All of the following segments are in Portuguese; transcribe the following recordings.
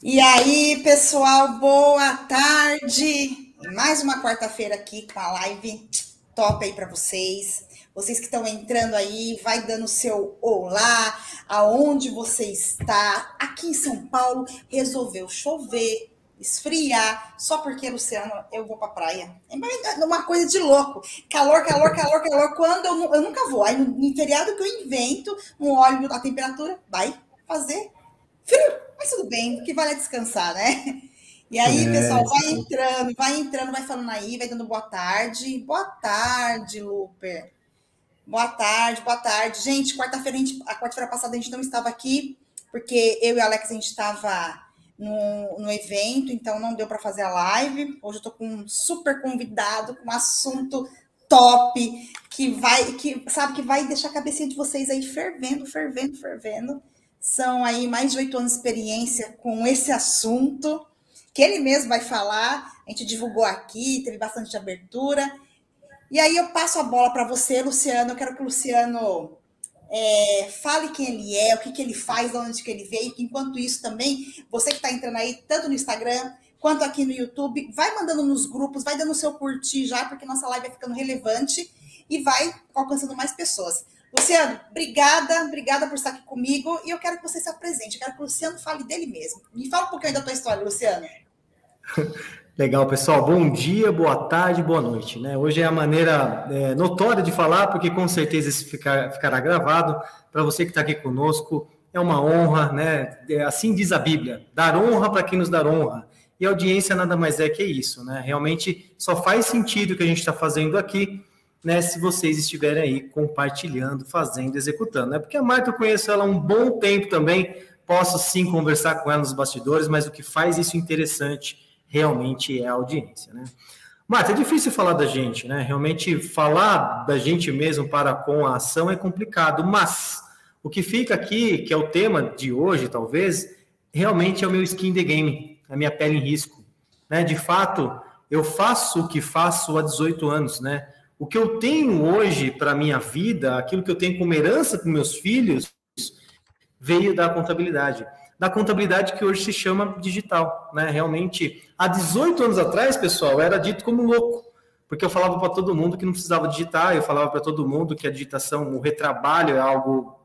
E aí, pessoal, boa tarde. Mais uma quarta-feira aqui com a live top aí para vocês. Vocês que estão entrando aí, vai dando seu olá, aonde você está. Aqui em São Paulo resolveu chover, esfriar, só porque, Luciano, eu vou para praia. É uma coisa de louco. Calor, calor, calor, calor. Quando eu nunca vou. Aí no feriado que eu invento, um óleo a temperatura, vai fazer frio, mas tudo bem, que vale é descansar, né? E aí, pessoal, vai entrando, vai falando aí, vai dando boa tarde. Boa tarde, Luper. Boa tarde, boa tarde. Gente, a quarta-feira passada a gente não estava aqui, porque eu e a Alex a gente estava no evento, então não deu para fazer a live. Hoje eu estou com um super convidado, com um assunto top, que vai deixar a cabecinha de vocês aí fervendo, fervendo, fervendo. São aí mais de 8 anos de experiência com esse assunto, que ele mesmo vai falar. A gente divulgou aqui, teve bastante abertura. E aí eu passo a bola para você, Luciano. Eu quero que o Luciano fale quem ele é, o que ele faz, de onde que ele veio. Enquanto isso também, você que está entrando aí, tanto no Instagram quanto aqui no YouTube, vai mandando nos grupos, vai dando o seu curtir já, porque nossa live vai ficando relevante e vai alcançando mais pessoas. Luciano, obrigada por estar aqui comigo. E eu quero que você se apresente, eu quero que o Luciano fale dele mesmo. Me fala um pouquinho da tua história, Luciano. Legal, pessoal. Bom dia, boa tarde, boa noite. Né? Hoje é a maneira notória de falar, porque com certeza isso ficará gravado. Para você que está aqui conosco, é uma honra, né? Assim diz a Bíblia, dar honra para quem nos dá honra. E a audiência nada mais é que isso, né? Realmente só faz sentido o que a gente está fazendo aqui, né? Se vocês estiverem aí compartilhando, fazendo, executando. Né? Porque a Marta, eu conheço ela há um bom tempo também, posso sim conversar com ela nos bastidores, mas o que faz isso interessante realmente é a audiência, né? Marta, é difícil falar da gente, né? Realmente falar da gente mesmo para com a ação é complicado, mas o que fica aqui, que é o tema de hoje, talvez, realmente é o meu skin the game, a minha pele em risco, né? De fato, eu faço o que faço há 18 anos, né? O que eu tenho hoje para a minha vida, aquilo que eu tenho como herança para meus filhos, veio da contabilidade que hoje se chama digital, né? Realmente, há 18 anos atrás, pessoal, era dito como louco, porque eu falava para todo mundo que não precisava digitar, eu falava para todo mundo que a digitação, o retrabalho é algo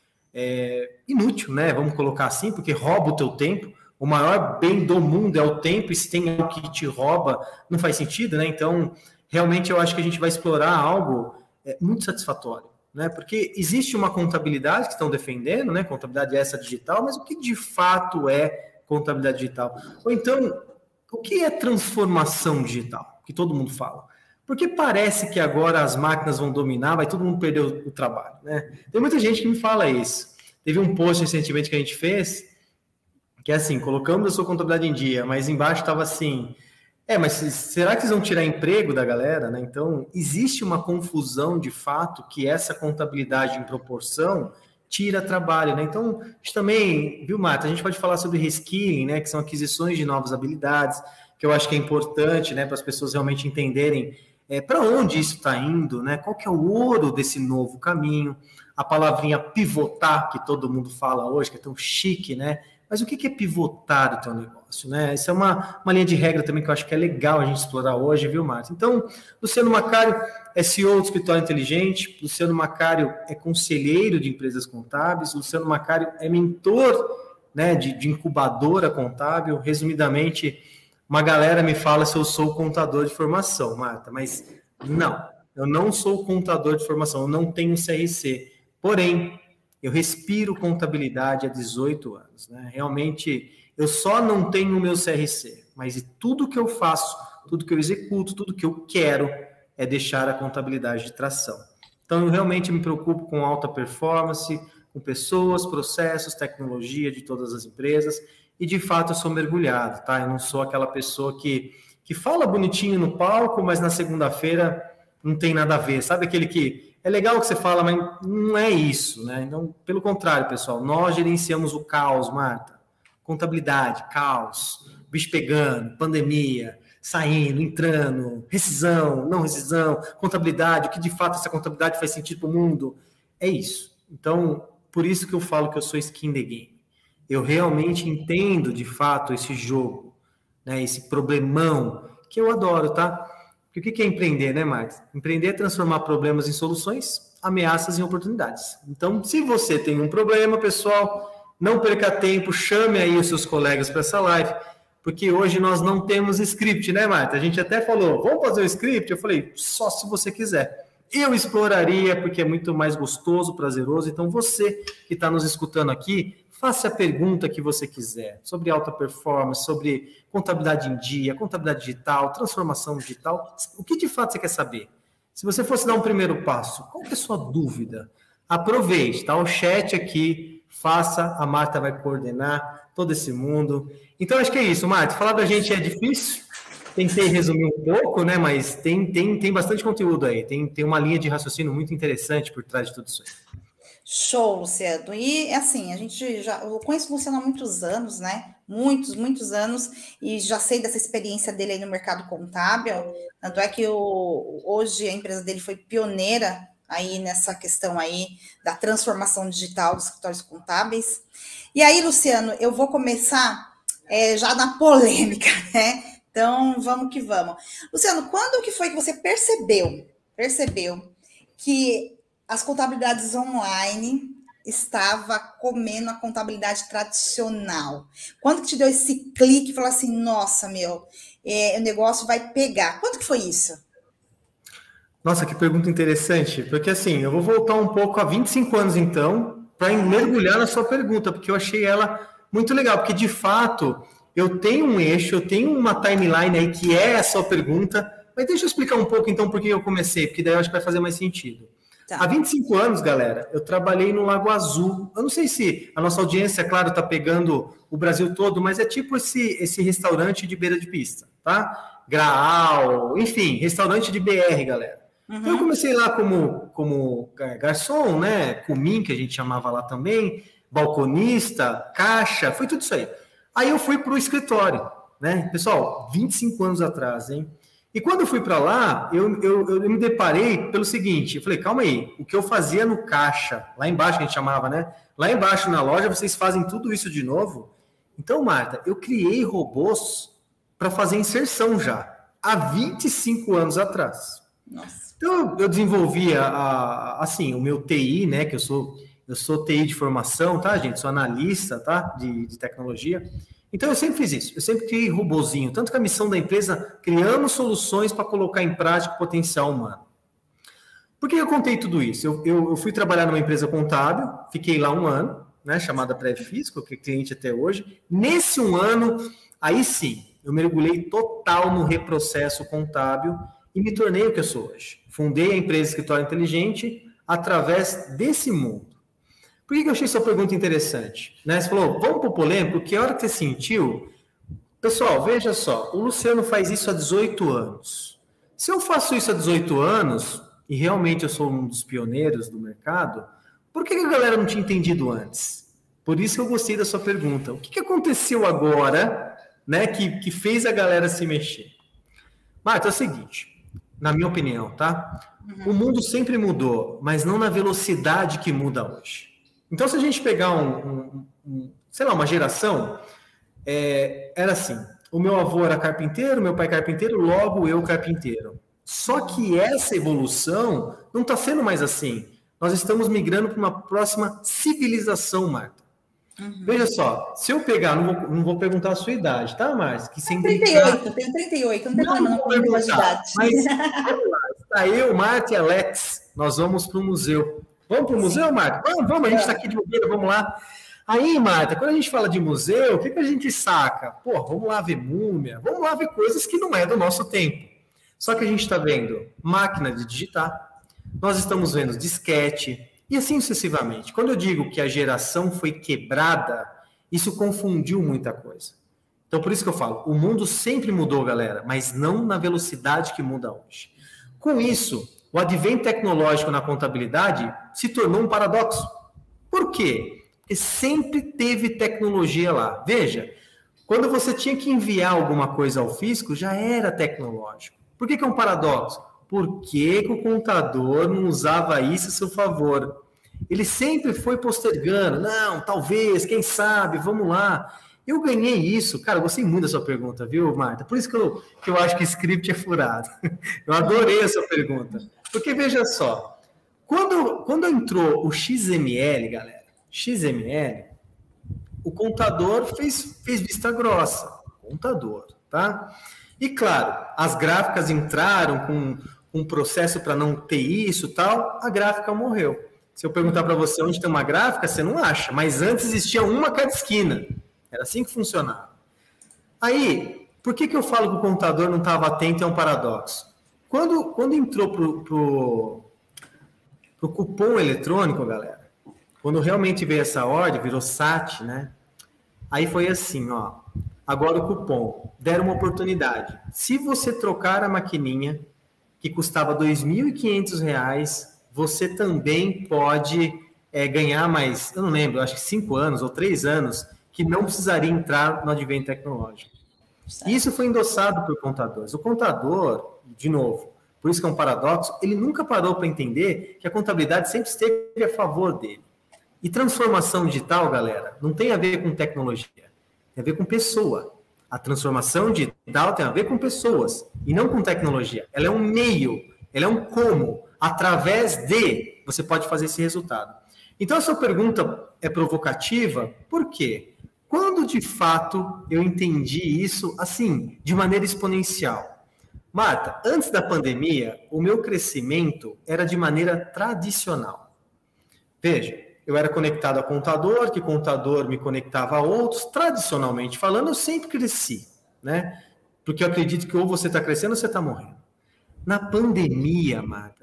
inútil, né? Vamos colocar assim, porque rouba o teu tempo. O maior bem do mundo é o tempo, e se tem algo que te rouba, não faz sentido, né? Então, realmente, eu acho que a gente vai explorar algo muito satisfatório. Né? Porque existe uma contabilidade que estão defendendo, né? Contabilidade essa digital, mas o que de fato é contabilidade digital? Ou então, o que é transformação digital? Que todo mundo fala. Porque parece que agora as máquinas vão dominar, vai todo mundo perder o trabalho, né? Tem muita gente que me fala isso. Teve um post recentemente que a gente fez, que é assim, colocamos a sua contabilidade em dia, mas embaixo estava assim, mas será que vocês vão tirar emprego da galera, né? Então, existe uma confusão de fato que essa contabilidade em proporção tira trabalho, né? Então, a gente também, viu, Marta, a gente pode falar sobre reskilling, né? Que são aquisições de novas habilidades, que eu acho que é importante, né? Para as pessoas realmente entenderem para onde isso está indo, né? Qual que é o ouro desse novo caminho. A palavrinha pivotar, que todo mundo fala hoje, que é tão chique, né? Mas o que é pivotar o teu negócio, né? Isso é uma linha de regra também que eu acho que é legal a gente explorar hoje, viu, Márcio? Então, Luciano Macário é CEO do Escritório Inteligente, Luciano Macário é conselheiro de empresas contábeis, Luciano Macário é mentor, né, de incubadora contábil. Resumidamente, uma galera me fala se eu sou contador de formação, Marta, mas não, eu não sou contador de formação, eu não tenho CRC. Porém, eu respiro contabilidade há 18 anos, né? Realmente, eu só não tenho o meu CRC, mas tudo que eu faço, tudo que eu executo, tudo que eu quero é deixar a contabilidade de tração. Então, eu realmente me preocupo com alta performance, com pessoas, processos, tecnologia de todas as empresas, e de fato eu sou mergulhado, tá? Eu não sou aquela pessoa que fala bonitinho no palco, mas na segunda-feira não tem nada a ver. Sabe aquele que é legal o que você fala, mas não é isso, né? Então, pelo contrário, pessoal, nós gerenciamos o caos, Marta. Contabilidade, caos, bicho pegando, pandemia, saindo, entrando, rescisão, não rescisão, contabilidade, o que de fato essa contabilidade faz sentido para o mundo. É isso. Então, por isso que eu falo que eu sou skin the game. eu realmente entendo, de fato, esse jogo, né, esse problemão, que eu adoro, tá? Porque o que é empreender, né, Marcos? Empreender é transformar problemas em soluções, ameaças em oportunidades. Então, se você tem um problema, pessoal, não perca tempo, chame aí os seus colegas para essa live, porque hoje nós não temos script, né, Marta? A gente até falou, vamos fazer o script? Eu falei, só se você quiser. Eu exploraria, porque é muito mais gostoso, prazeroso. Então, você que está nos escutando aqui, faça a pergunta que você quiser, sobre alta performance, sobre contabilidade em dia, contabilidade digital, transformação digital. O que de fato você quer saber? Se você fosse dar um primeiro passo, qual que é a sua dúvida? Aproveite, tá? O chat aqui, faça, a Marta vai coordenar todo esse mundo. Então, acho que é isso, Marta. Falar da gente é difícil. Tentei resumir um pouco, né? Mas tem bastante conteúdo aí. Tem uma linha de raciocínio muito interessante por trás de tudo isso aí. Show, Luciano. E assim, eu conheço o Luciano há muitos anos, né? Muitos anos, e já sei dessa experiência dele aí no mercado contábil. Tanto é que hoje a empresa dele foi pioneira aí nessa questão aí da transformação digital dos escritórios contábeis. E aí, Luciano, eu vou começar já na polêmica, né? Então, vamos que vamos. Luciano, quando que foi que você percebeu que as contabilidades online estava comendo a contabilidade tradicional? Quando que te deu esse clique e falou assim, nossa, o negócio vai pegar? Quando que foi isso? Nossa, que pergunta interessante, porque assim, eu vou voltar um pouco a 25 anos então, para mergulhar na sua pergunta, porque eu achei ela muito legal, porque de fato eu tenho um eixo, eu tenho uma timeline aí que é a sua pergunta, mas deixa eu explicar um pouco então por que eu comecei, porque daí eu acho que vai fazer mais sentido. Tá. Há 25 anos, galera, eu trabalhei no Lago Azul. Eu não sei se a nossa audiência, claro, está pegando o Brasil todo, mas é tipo esse restaurante de beira de pista, tá? Graal, enfim, restaurante de BR, galera. Uhum. Então eu comecei lá como garçom, né? Cumim, que a gente chamava lá também, balconista, caixa, foi tudo isso aí. Aí eu fui para o escritório, né? Pessoal, 25 anos atrás, hein? E quando eu fui para lá, eu me deparei pelo seguinte, eu falei, calma aí, o que eu fazia no caixa, lá embaixo que a gente chamava, né? Lá embaixo na loja, vocês fazem tudo isso de novo? Então, Marta, eu criei robôs para fazer inserção já, há 25 anos atrás. Nossa. Então, eu desenvolvia, assim, o meu TI, né? Que eu sou TI de formação, tá, gente? Sou analista, tá? De tecnologia. Então, eu sempre fiz isso. Eu sempre criei robozinho. Tanto que a missão da empresa, criando soluções para colocar em prática o potencial humano. Por que eu contei tudo isso? Eu fui trabalhar numa empresa contábil, fiquei lá um ano, né, chamada Prévio Físico, que é cliente até hoje. Nesse um ano, aí sim, eu mergulhei total no reprocesso contábil e me tornei o que eu sou hoje. Fundei a empresa Escritório Inteligente através desse mundo. Por que eu achei essa pergunta interessante? Né? Você falou, vamos para o polêmico, que hora que você sentiu? Pessoal, veja só, o Luciano faz isso há 18 anos. Se eu faço isso há 18 anos, e realmente eu sou um dos pioneiros do mercado, por que a galera não tinha entendido antes? Por isso que eu gostei da sua pergunta. O que aconteceu agora, né, que fez a galera se mexer? Marta, é o seguinte, na minha opinião, tá? O mundo sempre mudou, mas não na velocidade que muda hoje. Então, se a gente pegar sei lá, uma geração, era assim, o meu avô era carpinteiro, meu pai carpinteiro, logo eu carpinteiro. Só que essa evolução não está sendo mais assim. Nós estamos migrando para uma próxima civilização, Marta. Veja só, se eu pegar, não vou perguntar a sua idade, tá, Márcia? Que sem 38, eu tenho 38, não tem problema não perguntar de idade. Mas vamos lá, está eu, Marta e Alex, nós vamos para o museu. Vamos para o museu, Marta? Vamos, a gente está aqui de bobeira, vamos lá. Aí, Marta, quando a gente fala de museu, o que a gente saca? Pô, vamos lá ver múmia, vamos lá ver coisas que não é do nosso tempo. Só que a gente está vendo máquina de digitar, nós estamos vendo disquete, e assim sucessivamente. Quando eu digo que a geração foi quebrada, isso confundiu muita coisa. Então, por isso que eu falo, o mundo sempre mudou, galera, mas não na velocidade que muda hoje. Com isso, o advento tecnológico na contabilidade se tornou um paradoxo. Por quê? Porque sempre teve tecnologia lá. Veja, quando você tinha que enviar alguma coisa ao fisco, já era tecnológico. Por que é um paradoxo? Por que o contador não usava isso a seu favor? Ele sempre foi postergando. Não, talvez, quem sabe, vamos lá. Eu ganhei isso. Cara, eu gostei muito da sua pergunta, viu, Marta? Por isso que eu acho que script é furado. Eu adorei a sua pergunta. Porque, veja só, quando entrou o XML, galera, XML, o contador fez vista grossa. Contador, tá? E, claro, as gráficas entraram com um processo para não ter isso e tal, a gráfica morreu. Se eu perguntar para você onde tem uma gráfica, você não acha. Mas antes existia uma a cada esquina. Era assim que funcionava. Aí, por que eu falo que o contador não estava atento é um paradoxo? Quando entrou pro cupom eletrônico, galera, quando realmente veio essa ordem, virou SAT, né? Aí foi assim, ó. Agora o cupom, deram uma oportunidade. Se você trocar a maquininha, que custava R$ 2.500, você também pode ganhar mais, eu não lembro, acho que 5 anos ou 3 anos, que não precisaria entrar no advento tecnológico. Certo. Isso foi endossado por contadores. O contador, de novo, por isso que é um paradoxo, ele nunca parou para entender que a contabilidade sempre esteve a favor dele. E transformação digital, galera, não tem a ver com tecnologia, tem a ver com pessoa. A transformação digital tem a ver com pessoas e não com tecnologia. Ela é um meio, ela é um como. Através de, você pode fazer esse resultado. Então, a sua pergunta é provocativa, por quê? Quando, de fato, eu entendi isso, assim, de maneira exponencial. Marta, antes da pandemia, o meu crescimento era de maneira tradicional. Veja, eu era conectado a contador, que contador me conectava a outros. Tradicionalmente falando, eu sempre cresci, né? Porque eu acredito que ou você está crescendo ou você está morrendo. Na pandemia, Marta,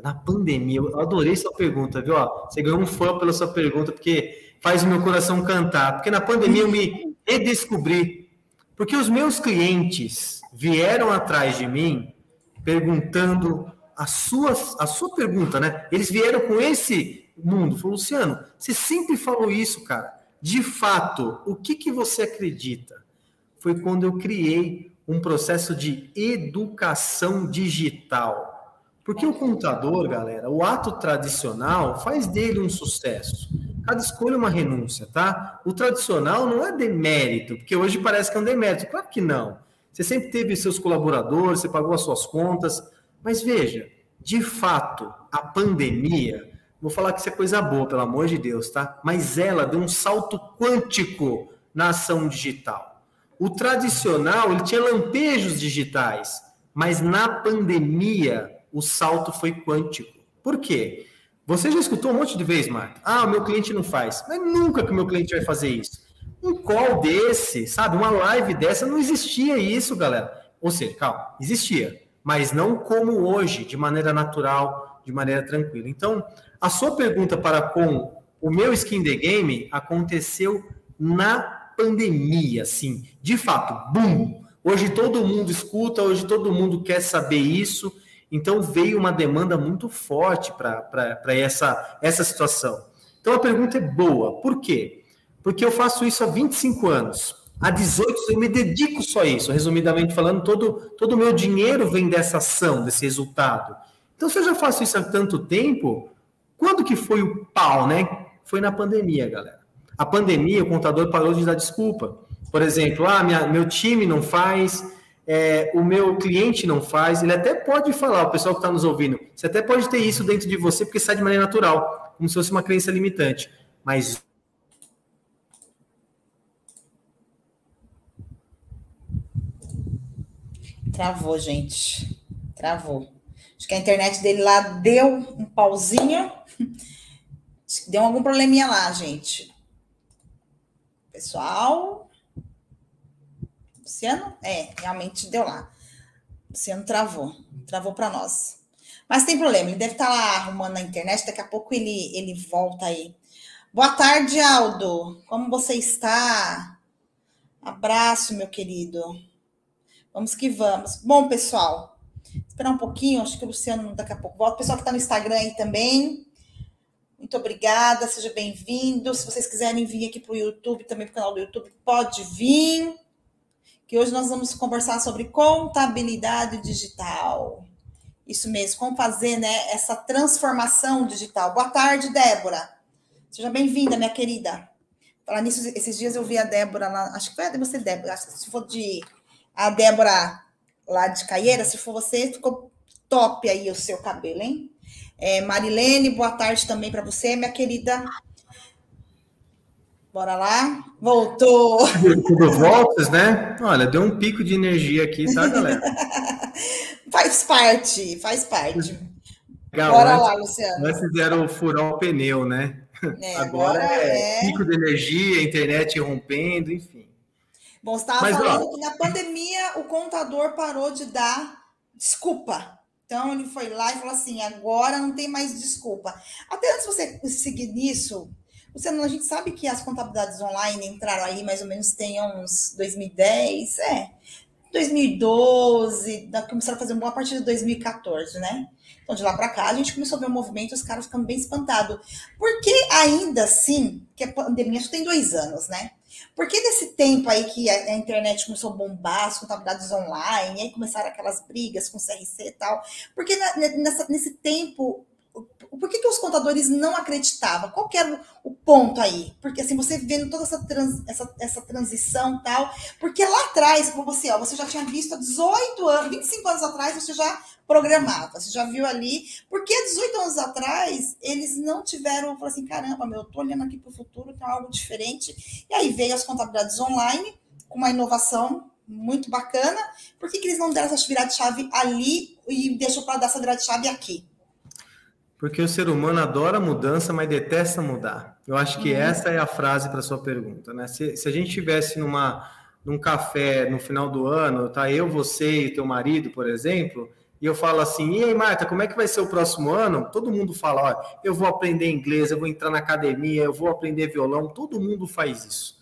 eu adorei sua pergunta, viu? Ó, você ganhou um fã pela sua pergunta, porque faz o meu coração cantar. Porque na pandemia eu me redescobri. Porque os meus clientes vieram atrás de mim perguntando a sua pergunta, né? Eles vieram com esse mundo. Falou, Luciano, você sempre falou isso, cara. De fato, o que você acredita? Foi quando eu criei um processo de educação digital. Porque o contador, galera, o ato tradicional faz dele um sucesso. Cada escolha é uma renúncia, tá? O tradicional não é demérito, porque hoje parece que é um demérito. Claro que não. Você sempre teve seus colaboradores, você pagou as suas contas. Mas veja, de fato, a pandemia, vou falar que isso é coisa boa, pelo amor de Deus, tá? Mas ela deu um salto quântico na ação digital. O tradicional, ele tinha lampejos digitais, mas na pandemia o salto foi quântico. Por quê? Você já escutou um monte de vezes, Marta? Ah, o meu cliente não faz. Mas nunca que o meu cliente vai fazer isso. Um call desse, sabe? Uma live dessa, não existia isso, galera. Ou seja, calma, existia, mas não como hoje, de maneira natural, de maneira tranquila. Então, a sua pergunta para com o meu Skin the Game aconteceu na pandemia, sim, de fato, boom, hoje todo mundo escuta, hoje todo mundo quer saber isso, então veio uma demanda muito forte para essa situação. Então a pergunta é boa, por quê? Porque eu faço isso há 25 anos, há 18 eu me dedico só a isso, resumidamente falando, todo o meu dinheiro vem dessa ação, desse resultado. Então se eu já faço isso há tanto tempo, quando que foi o pau, né? Foi na pandemia, galera. A pandemia, o contador parou de dar desculpa. Por exemplo, meu time não faz, o meu cliente não faz. Ele até pode falar, o pessoal que está nos ouvindo, você até pode ter isso dentro de você, porque sai de maneira natural, como se fosse uma crença limitante. Mas... Travou, gente. Travou. Acho que a internet dele lá deu um pauzinho. Acho que deu algum probleminha lá, gente. Pessoal, Luciano, realmente deu lá. Luciano travou para nós. Mas tem problema, ele deve estar lá arrumando na internet, daqui a pouco ele volta aí. Boa tarde, Aldo. Como você está? Abraço, meu querido. Vamos que vamos. Bom, pessoal, esperar um pouquinho, acho que o Luciano daqui a pouco volta. O pessoal que está no Instagram aí também. Muito obrigada, seja bem-vindo. Se vocês quiserem vir aqui para o YouTube, também para o canal do YouTube, pode vir. Que hoje nós vamos conversar sobre contabilidade digital. Isso mesmo, como fazer, né, essa transformação digital. Boa tarde, Débora. Seja bem-vinda, minha querida. Falar nisso, esses dias eu vi a Débora lá, acho que foi você, Débora, acho que se for a Débora lá de Caieira, se for você, ficou top aí o seu cabelo, hein? Marilene, boa tarde também para você, minha querida. Bora lá. Voltou. Tudo voltas, né? Olha, deu um pico de energia aqui, tá, galera? Faz parte, faz parte. Legal, Bora lá, Luciano. antes era furar o pneu, né? Agora Agora é é. pico de energia, internet rompendo, enfim. Bom, você estava Mas, falando ó, que na pandemia o contador parou de dar desculpa. Então ele foi lá e falou assim: agora não tem mais desculpa. Até antes de você seguir nisso, Luciano, a gente sabe que as contabilidades online entraram aí mais ou menos tem uns 2010, 2012, começaram a fazer uma boa partir de 2014, né? Então, de lá para cá, a gente começou a ver o movimento e os caras ficam bem espantados. Porque ainda assim, que a pandemia já tem 2 anos, né? Porque nesse tempo aí que a internet começou a bombar, as contabilidades online, aí começaram aquelas brigas com o CRC e tal. Porque nesse tempo, por que os contadores não acreditavam? Qual que era o ponto aí? Porque assim, você vendo toda essa transição e tal, porque lá atrás, como você já tinha visto há 18 anos, 25 anos atrás, você já programava, você já viu ali, porque há 18 anos atrás, eles não tiveram, falaram assim, caramba, eu tô olhando aqui para o futuro, tem algo diferente, e aí veio as contabilidades online, com uma inovação muito bacana, por que eles não deram essa virada de chave ali e deixou para dar essa virada de chave aqui? porque o ser humano adora mudança, mas detesta mudar. Eu acho que essa é a frase para sua pergunta, né? Se a gente estivesse num café no final do ano, tá? Eu, você e teu marido, por exemplo, e eu falo assim, e aí, Marta, como é que vai ser o próximo ano? Todo mundo fala, ó, eu vou aprender inglês, eu vou entrar na academia, eu vou aprender violão, todo mundo faz isso.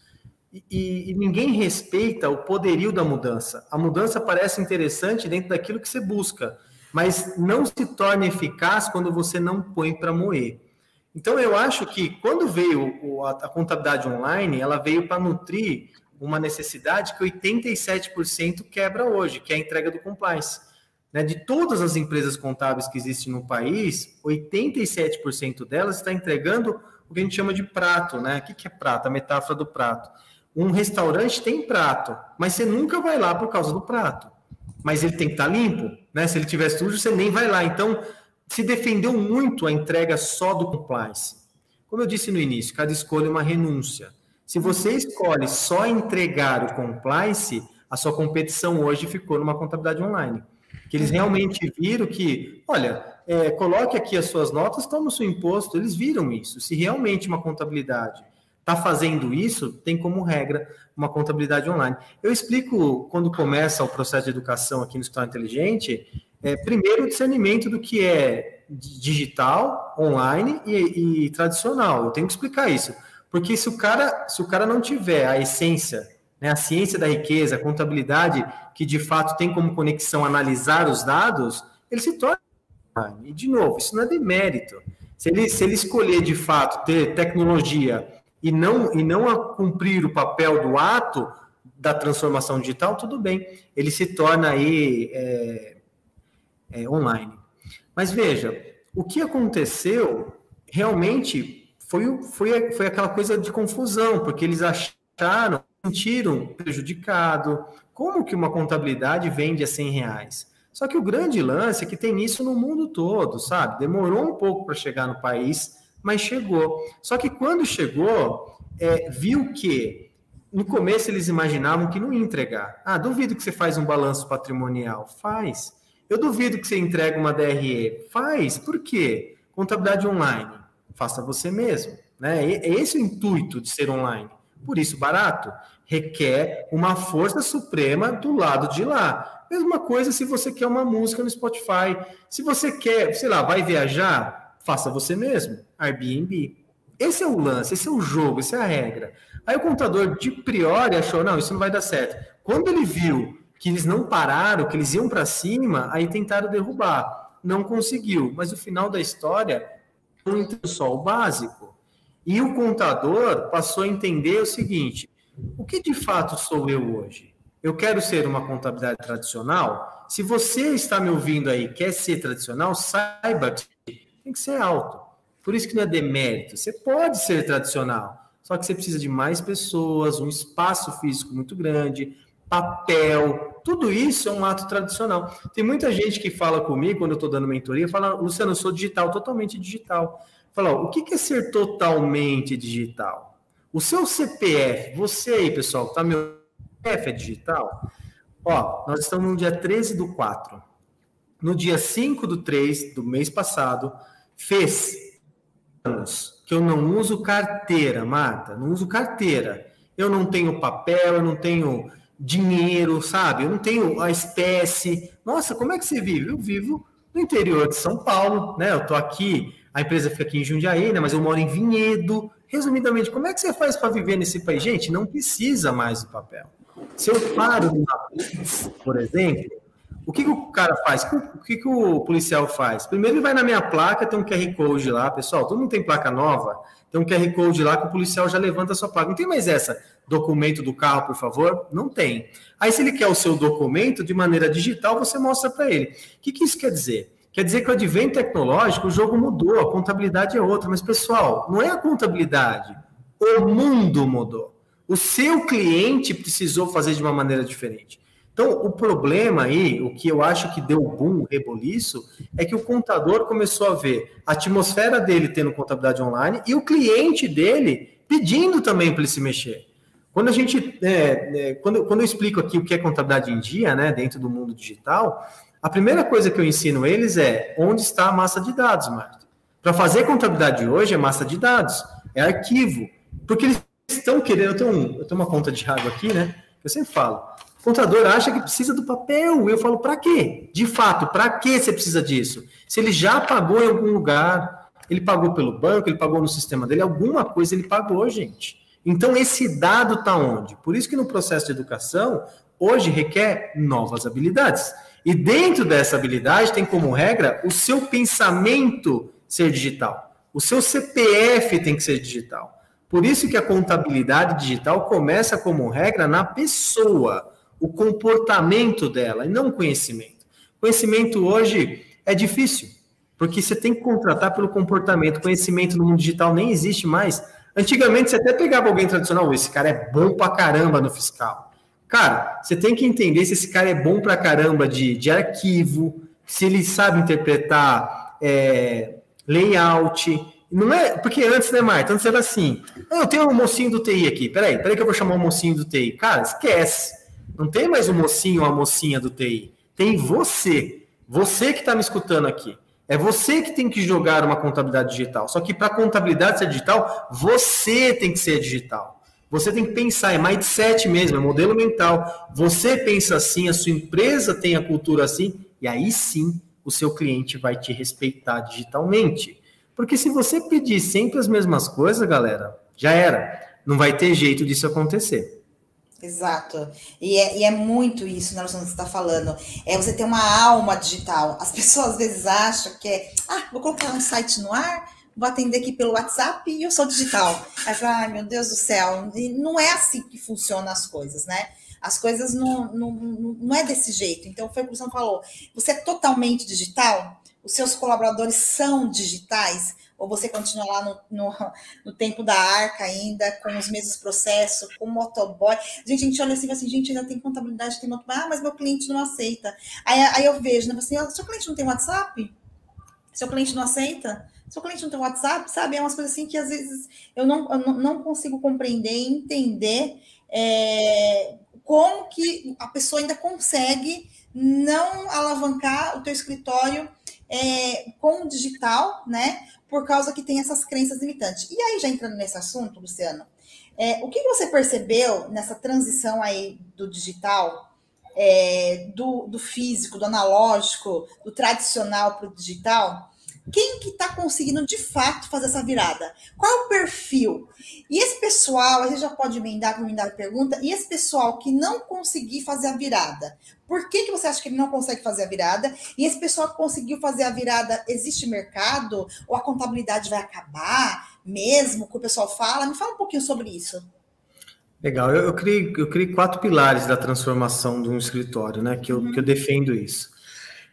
E ninguém respeita o poderio da mudança. A mudança parece interessante dentro daquilo que você busca, mas não se torna eficaz quando você não põe para moer. Então, eu acho que quando veio a contabilidade online, ela veio para nutrir uma necessidade que 87% quebra hoje, que é a entrega do compliance. Né? De todas as empresas contábeis que existem no país, 87% delas está entregando o que a gente chama de prato. Né? O que é prato? A metáfora do prato. Um restaurante tem prato, mas você nunca vai lá por causa do prato. Mas ele tem que estar limpo, né? Se ele tiver sujo, você nem vai lá. Então, se defendeu muito a entrega só do compliance. Como eu disse no início, cada escolha é uma renúncia. Se você escolhe só entregar o compliance, a sua competição hoje ficou numa contabilidade online. Que eles realmente viram que, olha, coloque aqui as suas notas, toma o seu imposto. Eles viram isso. Se realmente uma contabilidade está fazendo isso, tem como regra uma contabilidade online. Eu explico, quando começa o processo de educação aqui no Escritório Inteligente, primeiro o discernimento do que é digital, online e tradicional. Eu tenho que explicar isso. Porque se o cara não tiver a essência, né, a ciência da riqueza, a contabilidade, que de fato tem como conexão analisar os dados, ele se torna online. E, de novo, isso não é demérito. Se ele escolher, de fato, ter tecnologia e não a cumprir o papel do ato da transformação digital, tudo bem, ele se torna aí online. Mas veja, o que aconteceu realmente foi aquela coisa de confusão, porque eles acharam, sentiram prejudicado, como que uma contabilidade vende a R$100? Só que o grande lance é que tem isso no mundo todo, sabe? Demorou um pouco para chegar no país, mas chegou. Só que quando chegou, viu que no começo eles imaginavam que não ia entregar. Ah, duvido que você faz um balanço patrimonial. Faz. Eu duvido que você entregue uma DRE. Faz. Por quê? Contabilidade online. Faça você mesmo. Né? É esse o intuito de ser online. Por isso, barato. Requer uma força suprema do lado de lá. Mesma coisa se você quer uma música no Spotify. Se você quer, sei lá, vai viajar, faça você mesmo. Airbnb. Esse é o lance, esse é o jogo, essa é a regra. Aí o contador, de priori, achou, não, isso não vai dar certo. Quando ele viu que eles não pararam, que eles iam para cima, aí tentaram derrubar. Não conseguiu. Mas o final da história não entendeu só o básico. E o contador passou a entender o seguinte, o que de fato sou eu hoje? Eu quero ser uma contabilidade tradicional? Se você está me ouvindo aí, quer ser tradicional, saiba que tem que ser alto. Por isso que não é demérito. Você pode ser tradicional, só que você precisa de mais pessoas, um espaço físico muito grande, papel, tudo isso é um ato tradicional. Tem muita gente que fala comigo, quando eu estou dando mentoria, fala, Luciano, eu sou digital, totalmente digital. Fala, ó, o que é ser totalmente digital? O seu CPF, você aí, pessoal, tá, meu CPF é digital? Ó, nós estamos no dia 13/4. No dia 5/3 do mês passado, fez anos que eu não uso carteira, Marta, não uso carteira. Eu não tenho papel, eu não tenho dinheiro, sabe? Eu não tenho a espécie. Nossa, como é que você vive? Eu vivo no interior de São Paulo, né? Eu tô aqui, a empresa fica aqui em Jundiaí, né? Mas eu moro em Vinhedo. Resumidamente, como é que você faz para viver nesse país? Gente, não precisa mais do papel. Se eu paro numa Blitz, por exemplo, o que o cara faz? O que o policial faz? Primeiro ele vai na minha placa, tem um QR Code lá, pessoal, todo mundo tem placa nova, tem um QR Code lá que o policial já levanta a sua placa. Não tem mais essa, documento do carro, por favor? Não tem. Aí se ele quer o seu documento de maneira digital, você mostra para ele. O que isso quer dizer? Quer dizer que o advento tecnológico, o jogo mudou, a contabilidade é outra. Mas, pessoal, não é a contabilidade, o mundo mudou. O seu cliente precisou fazer de uma maneira diferente. Então, o problema aí, o que eu acho que deu boom, reboliço, é que o contador começou a ver a atmosfera dele tendo contabilidade online e o cliente dele pedindo também para ele se mexer. Quando a gente, quando eu explico aqui o que é contabilidade em dia, né, dentro do mundo digital, a primeira coisa que eu ensino eles é onde está a massa de dados, Marta. Para fazer contabilidade hoje é massa de dados, é arquivo, porque eles estão querendo, eu tenho uma conta de água aqui, né, que eu sempre falo, o contador acha que precisa do papel, eu falo, para quê? De fato, para que você precisa disso? Se ele já pagou em algum lugar, ele pagou pelo banco, ele pagou no sistema dele, alguma coisa ele pagou, gente. Então, esse dado está onde? Por isso que no processo de educação, hoje requer novas habilidades. E dentro dessa habilidade tem como regra o seu pensamento ser digital. O seu CPF tem que ser digital. Por isso que a contabilidade digital começa como regra na pessoa, o comportamento dela, e não o conhecimento. Conhecimento hoje é difícil, porque você tem que contratar pelo comportamento. Conhecimento no mundo digital nem existe mais. Antigamente, você até pegava alguém tradicional, esse cara é bom pra caramba no fiscal. Cara, você tem que entender se esse cara é bom pra caramba de arquivo, se ele sabe interpretar layout. Não é, porque antes, né, Marta? Antes era assim, eu tenho um mocinho do TI aqui, peraí que eu vou chamar o mocinho do TI. Cara, esquece. Não tem mais o mocinho ou a mocinha do TI. Tem você. Você que está me escutando aqui. É você que tem que jogar uma contabilidade digital. Só que para a contabilidade ser digital, você tem que ser digital. Você tem que pensar, é mindset mesmo, é modelo mental. Você pensa assim, a sua empresa tem a cultura assim, e aí sim o seu cliente vai te respeitar digitalmente. Porque se você pedir sempre as mesmas coisas, galera, já era. Não vai ter jeito disso acontecer. Exato. E é muito isso, né, Luciano, que você está falando. É você ter uma alma digital. As pessoas às vezes acham que vou colocar um site no ar, vou atender aqui pelo WhatsApp e eu sou digital. Aí fala, ai meu Deus do céu, e não é assim que funcionam as coisas, né? As coisas não é desse jeito. Então foi o que o Luciano falou. Você é totalmente digital? Os seus colaboradores são digitais? Ou você continua lá no tempo da arca ainda, com os mesmos processos, com motoboy. A gente olha assim, gente, ainda tem contabilidade, tem motoboy. Mas meu cliente não aceita. Aí eu vejo, né, assim, seu cliente não tem WhatsApp? Seu cliente não aceita? Seu cliente não tem WhatsApp? Sabe? É umas coisas assim que às vezes eu não consigo compreender e entender como que a pessoa ainda consegue não alavancar o teu escritório com o digital, né? Por causa que tem essas crenças limitantes. E aí, já entrando nesse assunto, Luciano, o que você percebeu nessa transição aí do digital, do físico, do analógico, do tradicional para o digital? Quem que está conseguindo, de fato, fazer essa virada? Qual é o perfil? E esse pessoal, a gente já pode emendar a pergunta, e esse pessoal que não conseguir fazer a virada, por que você acha que ele não consegue fazer a virada? E esse pessoal que conseguiu fazer a virada, existe mercado? Ou a contabilidade vai acabar mesmo, que o pessoal fala? Me fala um pouquinho sobre isso. Legal, eu criei 4 pilares da transformação de um escritório, né? Que eu defendo isso.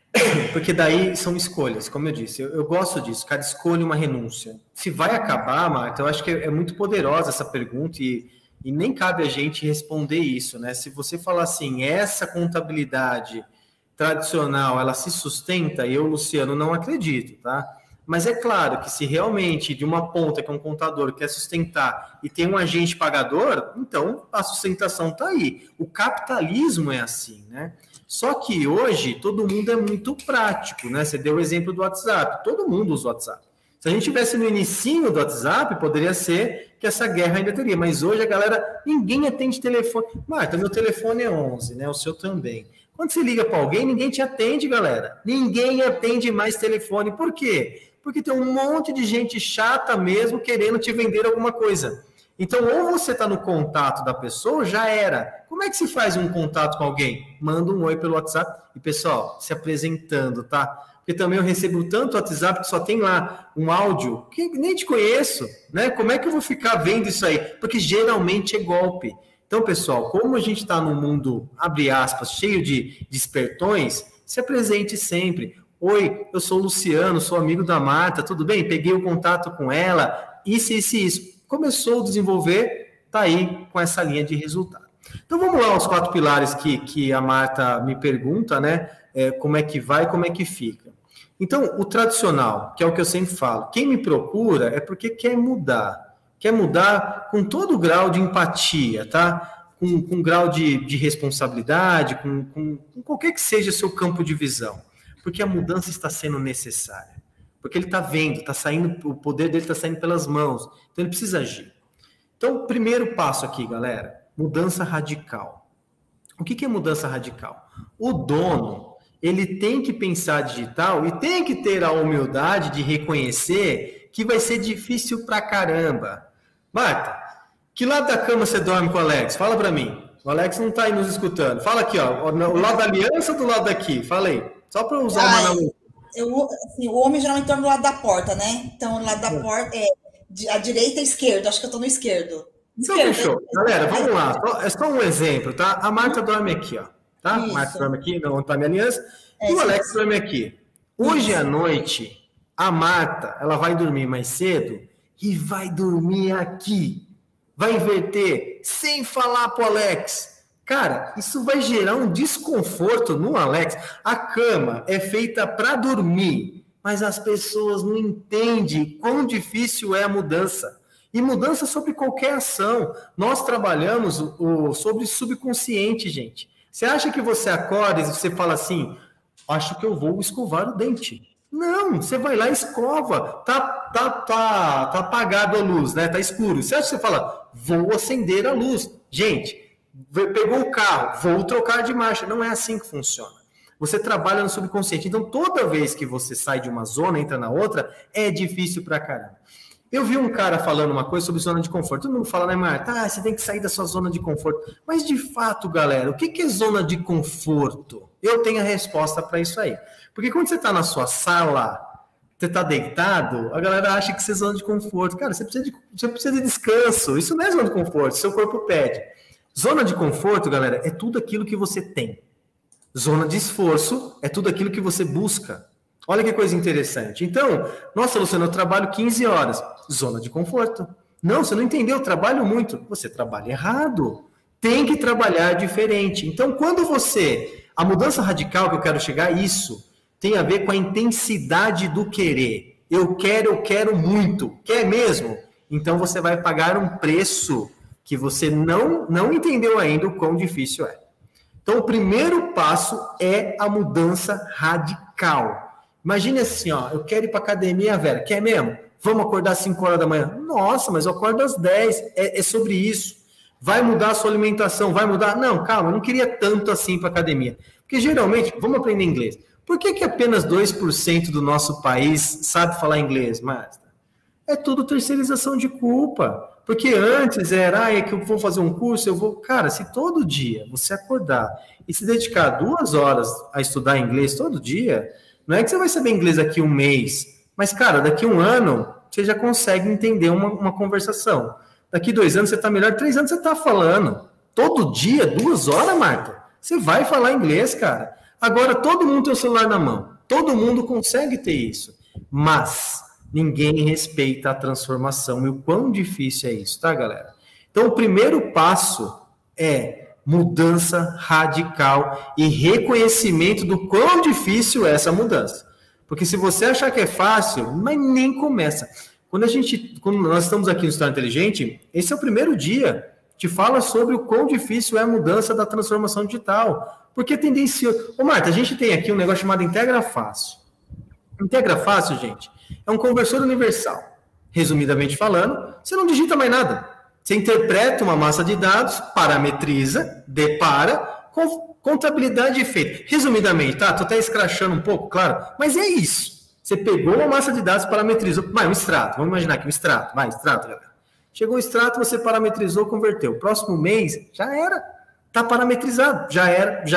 Porque daí são escolhas, como eu disse, eu gosto disso, cada escolha uma renúncia. Se vai acabar, Marta, eu acho que é muito poderosa essa pergunta e nem cabe a gente responder isso, né? Se você falar assim, essa contabilidade tradicional, ela se sustenta, eu, Luciano, não acredito, tá? Mas é claro que se realmente de uma ponta que é um contador quer sustentar e tem um agente pagador, então a sustentação está aí. O capitalismo é assim, né? Só que hoje todo mundo é muito prático, né? Você deu o exemplo do WhatsApp, todo mundo usa o WhatsApp. Se a gente tivesse no inicinho do WhatsApp, poderia ser que essa guerra ainda teria, mas hoje a galera, ninguém atende telefone. Marta, meu telefone é 11, né? O seu também. Quando você liga para alguém, ninguém te atende, galera. Ninguém atende mais telefone. Por quê? Porque tem um monte de gente chata mesmo querendo te vender alguma coisa. Então, ou você está no contato da pessoa, já era. Como é que se faz um contato com alguém? Manda um oi pelo WhatsApp e, pessoal, se apresentando, tá? Porque também eu recebo tanto WhatsApp que só tem lá um áudio que nem te conheço, né? Como é que eu vou ficar vendo isso aí? Porque geralmente é golpe. Então, pessoal, como a gente está num mundo, abre aspas, cheio de espertões, se apresente sempre. Oi, eu sou o Luciano, sou amigo da Marta, tudo bem? Peguei o contato com ela, isso. Começou a desenvolver, tá aí com essa linha de resultado. Então vamos lá aos 4 pilares que a Marta me pergunta, né? Como é que vai, como é que fica. Então, o tradicional, que é o que eu sempre falo, quem me procura é porque quer mudar com todo o grau de empatia, tá? Com grau de responsabilidade, com qualquer que seja seu campo de visão, porque a mudança está sendo necessária. Porque ele está vendo, está saindo, o poder dele está saindo pelas mãos. Então ele precisa agir. Então, o primeiro passo aqui, galera, mudança radical. O que é mudança radical? O dono, ele tem que pensar digital e tem que ter a humildade de reconhecer que vai ser difícil pra caramba. Marta, que lado da cama você dorme com o Alex? Fala para mim. O Alex não está aí nos escutando. Fala aqui, ó, o lado da aliança ou do lado daqui? Fala aí. Só para usar uma analogia. O homem geralmente dorme do lado da porta, né? Então, o lado da porta é a direita e a esquerda. Acho que eu estou no esquerdo. Então, fechou. Galera, vamos lá. É só um exemplo, tá? A Marta dorme aqui, ó. Tá? A Marta dorme aqui, não está minha aliança. E o Alex dorme aqui. Hoje à noite, a Marta, ela vai dormir mais cedo e vai dormir aqui. Vai inverter sem falar pro Alex. Cara, isso vai gerar um desconforto no Alex. A cama é feita para dormir, mas as pessoas não entendem quão difícil é a mudança. E mudança sobre qualquer ação. Nós trabalhamos sobre subconsciente, gente. Você acha que você acorda e você fala assim, acho que eu vou escovar o dente. Não, você vai lá e escova. Tá apagado a luz, né? Tá escuro. Você acha que você fala, vou acender a luz. Gente, pegou o carro, vou trocar de marcha. Não é assim que funciona. Você trabalha no subconsciente. Então, toda vez que você sai de uma zona, entra na outra, é difícil pra caramba. Eu vi um cara falando uma coisa sobre zona de conforto. Todo mundo fala, né, Marta? Você tem que sair da sua zona de conforto. Mas, de fato, galera, o que é zona de conforto? Eu tenho a resposta para isso aí. Porque quando você está na sua sala, você está deitado, a galera acha que você é zona de conforto. Cara, você precisa de descanso. Isso não é zona de conforto, seu corpo pede. Zona de conforto, galera, é tudo aquilo que você tem. Zona de esforço é tudo aquilo que você busca. Olha que coisa interessante. Então, nossa, Luciano, eu trabalho 15 horas. Zona de conforto. Não, você não entendeu, eu trabalho muito. Você trabalha errado. Tem que trabalhar diferente. Então, quando você... A mudança radical que eu quero chegar, isso tem a ver com a intensidade do querer. Eu quero muito. Quer mesmo? Então, você vai pagar um preço que você não entendeu ainda o quão difícil é. Então, o primeiro passo é a mudança radical. Imagine assim, ó, eu quero ir para academia, velho, quer mesmo? Vamos acordar às 5 horas da manhã? Nossa, mas eu acordo às 10, é sobre isso. Vai mudar a sua alimentação, vai mudar? Não, calma, eu não queria tanto assim para academia. Porque geralmente, vamos aprender inglês. Por que apenas 2% do nosso país sabe falar inglês, Marta? É tudo terceirização de culpa. Porque antes é que eu vou fazer um curso, eu vou... Cara, se todo dia você acordar e se dedicar 2 horas a estudar inglês todo dia... Não é que você vai saber inglês daqui 1 mês, mas, cara, daqui 1 ano, você já consegue entender uma conversação. Daqui 2 anos, você está melhor, 3 anos, você está falando. Todo dia, 2 horas, Marta, você vai falar inglês, cara. Agora todo mundo tem o celular na mão, todo mundo consegue ter isso, mas ninguém respeita a transformação e o quão difícil é isso, tá, galera? Então o primeiro passo é mudança radical e reconhecimento do quão difícil é essa mudança. Porque se você achar que é fácil, mas nem começa. Quando nós estamos aqui no Estado Inteligente, esse é o primeiro dia que fala sobre o quão difícil é a mudança da transformação digital. Porque tendencioso. Ô, Marta, a gente tem aqui um negócio chamado Integra Fácil. Integra Fácil, gente, é um conversor universal. Resumidamente falando, você não digita mais nada. Você interpreta uma massa de dados, parametriza, depara, contabilidade feita. Resumidamente, tá? Estou até escrachando um pouco, claro, mas é isso. Você pegou uma massa de dados, parametrizou, um extrato, vamos imaginar aqui um extrato, extrato, galera. Chegou o extrato, você parametrizou, converteu. Próximo mês, já era, tá parametrizado, já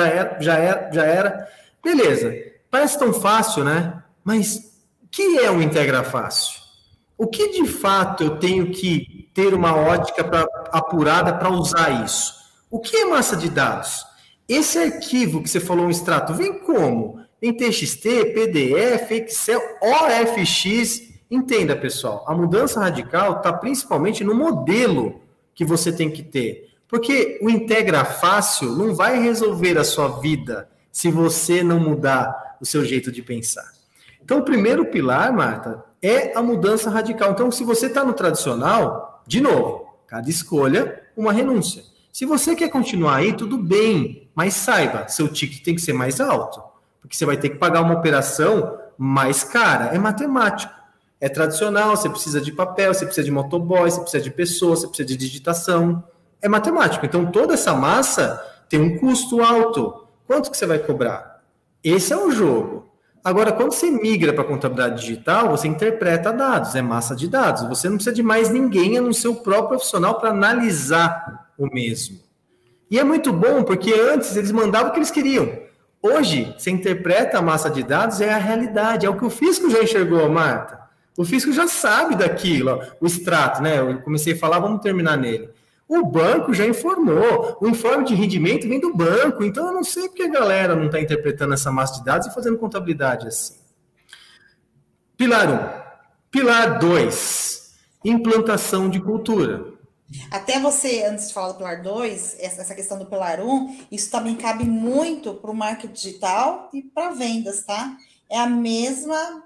era. Beleza, parece tão fácil, né? Mas o que é um Integra Fácil? O que de fato eu tenho que ter uma ótica apurada para usar isso? O que é massa de dados? Esse arquivo que você falou, um extrato, vem como? Em TXT, PDF, Excel, OFX. Entenda, pessoal, a mudança radical está principalmente no modelo que você tem que ter. Porque o Integra Fácil não vai resolver a sua vida se você não mudar o seu jeito de pensar. Então, o primeiro pilar, Marta, é a mudança radical. Então, se você está no tradicional, de novo, cada escolha, uma renúncia. Se você quer continuar aí, tudo bem, mas saiba, seu ticket tem que ser mais alto, porque você vai ter que pagar uma operação mais cara. É matemático, é tradicional, você precisa de papel, você precisa de motoboy, você precisa de pessoas, você precisa de digitação. É matemático. Então, toda essa massa tem um custo alto. Quanto que você vai cobrar? Esse é o jogo. Agora, quando você migra para a contabilidade digital, você interpreta dados, é massa de dados. Você não precisa de mais ninguém, a não ser o próprio profissional para analisar o mesmo. E é muito bom, porque antes eles mandavam o que eles queriam. Hoje, você interpreta a massa de dados, é a realidade, é o que o fisco já enxergou, Marta. O fisco já sabe daquilo, ó, o extrato, né? Eu comecei a falar, vamos terminar nele. O banco já informou, o informe de rendimento vem do banco, então eu não sei porque a galera não está interpretando essa massa de dados e fazendo contabilidade assim. Pilar 1. Pilar 2, implantação de cultura. Até você, antes de falar do Pilar 2, essa questão do Pilar 1, isso também cabe muito para o marketing digital e para vendas, tá? É a mesma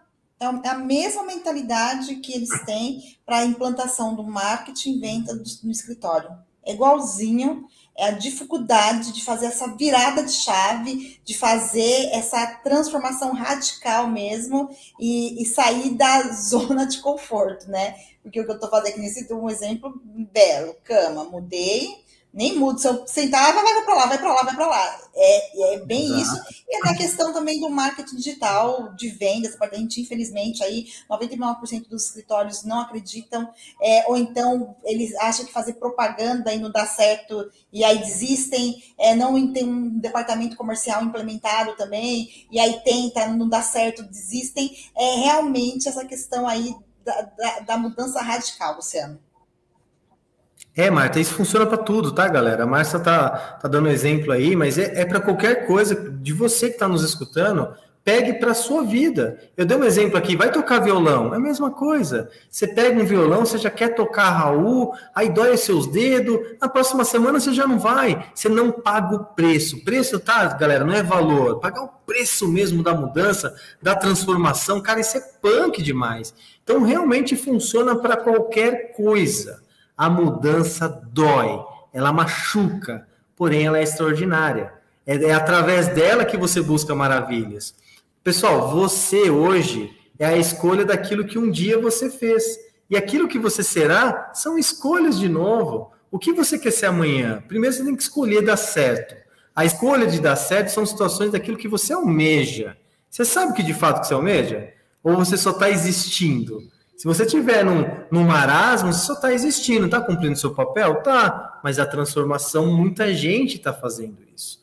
mentalidade que eles têm para a implantação do marketing e venda no escritório. É igualzinho, é a dificuldade de fazer essa virada de chave, de fazer essa transformação radical mesmo e sair da zona de conforto, né? Porque o que eu estou fazendo aqui nesse um exemplo belo, cama, mudei, nem mudo, se eu sentar, vai para lá, vai para lá. É bem Exato. Isso. E na questão também do marketing digital, de vendas, a gente, infelizmente, aí 99% dos escritórios não acreditam, ou então eles acham que fazer propaganda e não dá certo, e aí desistem, não tem um departamento comercial implementado também, e aí tenta, não dá certo, desistem. É realmente essa questão aí da mudança radical, Luciano. Marta, isso funciona para tudo, tá, galera? A Márcia tá dando exemplo aí, mas é para qualquer coisa de você que está nos escutando, pegue para a sua vida. Eu dei um exemplo aqui, vai tocar violão, é a mesma coisa. Você pega um violão, você já quer tocar Raul, aí dói os seus dedos, na próxima semana você já não vai, você não paga o preço. Preço, tá, galera, não é valor, pagar o preço mesmo da mudança, da transformação, cara, isso é punk demais. Então, realmente funciona para qualquer coisa. A mudança dói, ela machuca, porém ela é extraordinária. É através dela que você busca maravilhas. Pessoal, você hoje é a escolha daquilo que um dia você fez. E aquilo que você será são escolhas de novo. O que você quer ser amanhã? Primeiro você tem que escolher dar certo. A escolha de dar certo são situações daquilo que você almeja. Você sabe que de fato que você almeja? Ou você só está existindo? Se você estiver num marasmo, você só está existindo, está cumprindo seu papel? Tá, mas a transformação, muita gente está fazendo isso.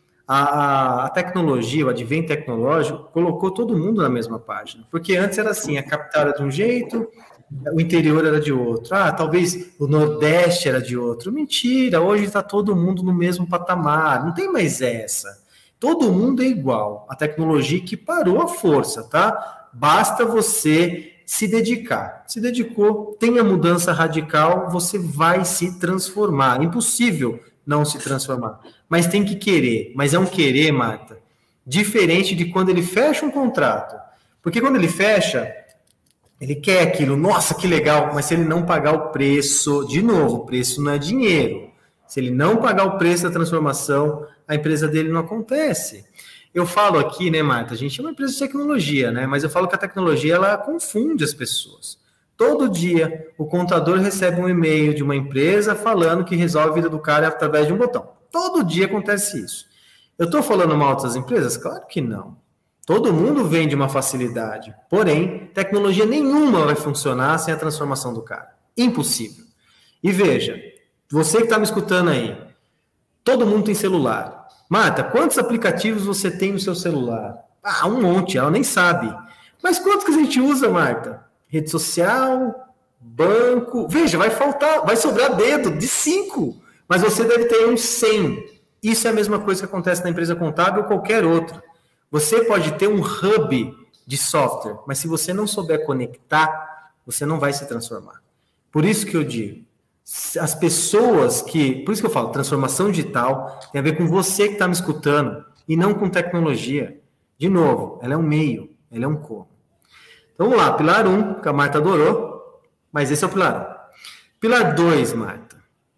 A tecnologia, o advento tecnológico, colocou todo mundo na mesma página. Porque antes era assim, a capital era de um jeito, o interior era de outro. Talvez o Nordeste era de outro. Mentira, hoje está todo mundo no mesmo patamar, não tem mais essa. Todo mundo é igual. A tecnologia equiparou a força, tá? Basta você se dedicar. Se dedicou, tem a mudança radical, você vai se transformar. É impossível não se transformar. Mas tem que querer. Mas é um querer, Marta, diferente de quando ele fecha um contrato. Porque quando ele fecha, ele quer aquilo. Nossa, que legal. Mas se ele não pagar o preço, de novo, o preço não é dinheiro. Se ele não pagar o preço da transformação, a empresa dele não acontece. Eu falo aqui, né, Marta, a gente é uma empresa de tecnologia, né, mas eu falo que a tecnologia, ela confunde as pessoas. Todo dia, o contador recebe um e-mail de uma empresa falando que resolve a vida do cara através de um botão. Todo dia acontece isso. Eu estou falando mal dessas empresas? Claro que não. Todo mundo vende uma facilidade. Porém, tecnologia nenhuma vai funcionar sem a transformação do cara. Impossível. E veja, você que está me escutando aí, todo mundo tem celular. Marta, quantos aplicativos você tem no seu celular? Ah, um monte, ela nem sabe. Mas quantos que a gente usa, Marta? Rede social, banco... Veja, vai sobrar dedo de 5, mas você deve ter uns 100. Isso é a mesma coisa que acontece na empresa contábil ou qualquer outra. Você pode ter um hub de software, mas se você não souber conectar, você não vai se transformar. Por isso que eu digo, as pessoas que... Por isso que eu falo, transformação digital tem a ver com você que está me escutando e não com tecnologia. De novo, ela é um meio, ela é um como. Então vamos lá, pilar 1, que a Marta adorou, mas esse é o pilar 1. Pilar 2, Marta,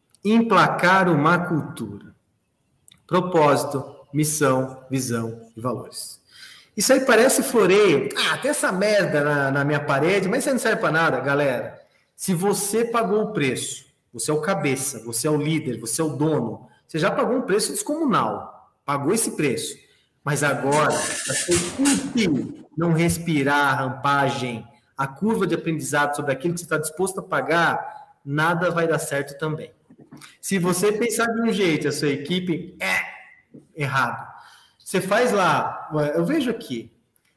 emplacar uma cultura. Propósito, missão, visão e valores. Isso aí parece floreio. Ah, tem essa merda na minha parede, mas isso aí não serve para nada, galera. Se você pagou o preço, você é o cabeça, você é o líder, você é o dono, você já pagou um preço descomunal, pagou esse preço. Mas agora, a sua equipe não respirar a rampagem, a curva de aprendizado sobre aquilo que você está disposto a pagar, nada vai dar certo também. Se você pensar de um jeito, a sua equipe errado. Você faz lá, eu vejo aqui,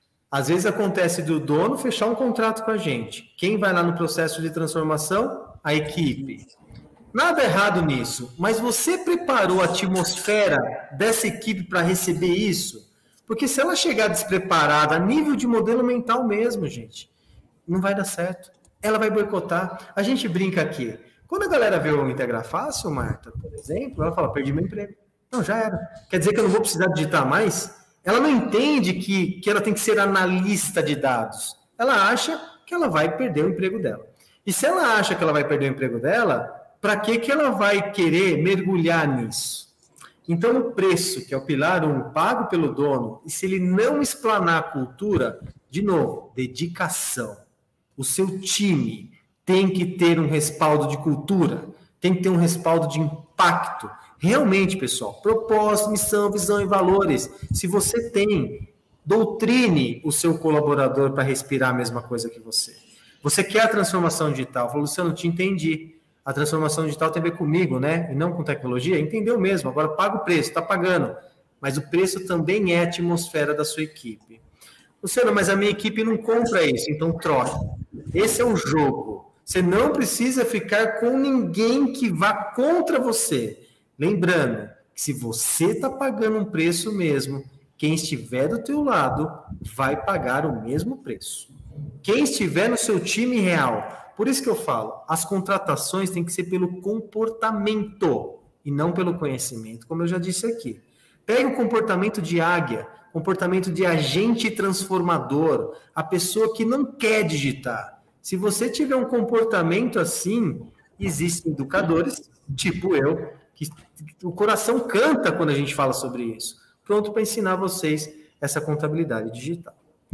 às vezes acontece do dono fechar um contrato com a gente. Quem vai lá no processo de transformação? A equipe. Nada errado nisso, mas você preparou a atmosfera dessa equipe para receber isso? Porque se ela chegar despreparada, a nível de modelo mental mesmo, gente, não vai dar certo. Ela vai boicotar. A gente brinca aqui. Quando a galera vê o Integra Fácil, Marta, por exemplo, ela fala, perdi meu emprego. Não, já era. Quer dizer que eu não vou precisar digitar mais? Ela não entende que ela tem que ser analista de dados. Ela acha que ela vai perder o emprego dela. E se ela acha que ela vai perder o emprego dela, para que ela vai querer mergulhar nisso? Então, o preço, que é o pilar 1, pago pelo dono, e se ele não explanar a cultura, de novo, dedicação. O seu time tem que ter um respaldo de cultura, tem que ter um respaldo de impacto. Realmente, pessoal, propósito, missão, visão e valores. Se você tem, doutrine o seu colaborador para respirar a mesma coisa que você. Você quer a transformação digital? Falou, Luciano, te entendi. A transformação digital tem a ver comigo, né? E não com tecnologia? Entendeu mesmo. Agora paga o preço, está pagando. Mas o preço também é a atmosfera da sua equipe. Luciano, mas a minha equipe não compra isso, então troca. Esse é o jogo. Você não precisa ficar com ninguém que vá contra você. Lembrando que se você está pagando um preço mesmo, quem estiver do teu lado vai pagar o mesmo preço. Quem estiver no seu time real. Por isso que eu falo, as contratações têm que ser pelo comportamento e não pelo conhecimento, como eu já disse aqui. Pega o comportamento de águia, comportamento de agente transformador, a pessoa que não quer digitar. Se você tiver um comportamento assim, existem educadores, tipo eu, que o coração canta quando a gente fala sobre isso. Pronto para ensinar vocês essa contabilidade digital.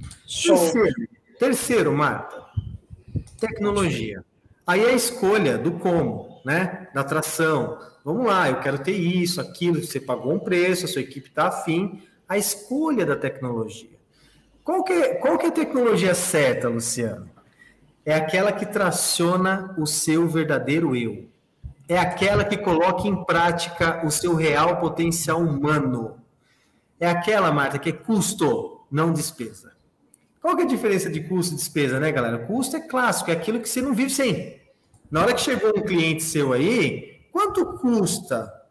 Terceiro, Marta, tecnologia. Aí é a escolha do como, né? Da atração. Vamos lá, eu quero ter isso, aquilo, você pagou um preço, a sua equipe está afim. A escolha da tecnologia. Qual que é a tecnologia certa, Luciano? É aquela que traciona o seu verdadeiro eu. É aquela que coloca em prática o seu real potencial humano. É aquela, Marta, que é custo, não despesa. Qual que é a diferença de custo e despesa, né, galera? Custo é clássico, é aquilo que você não vive sem. Na hora que chegou um cliente seu aí, quanto custa?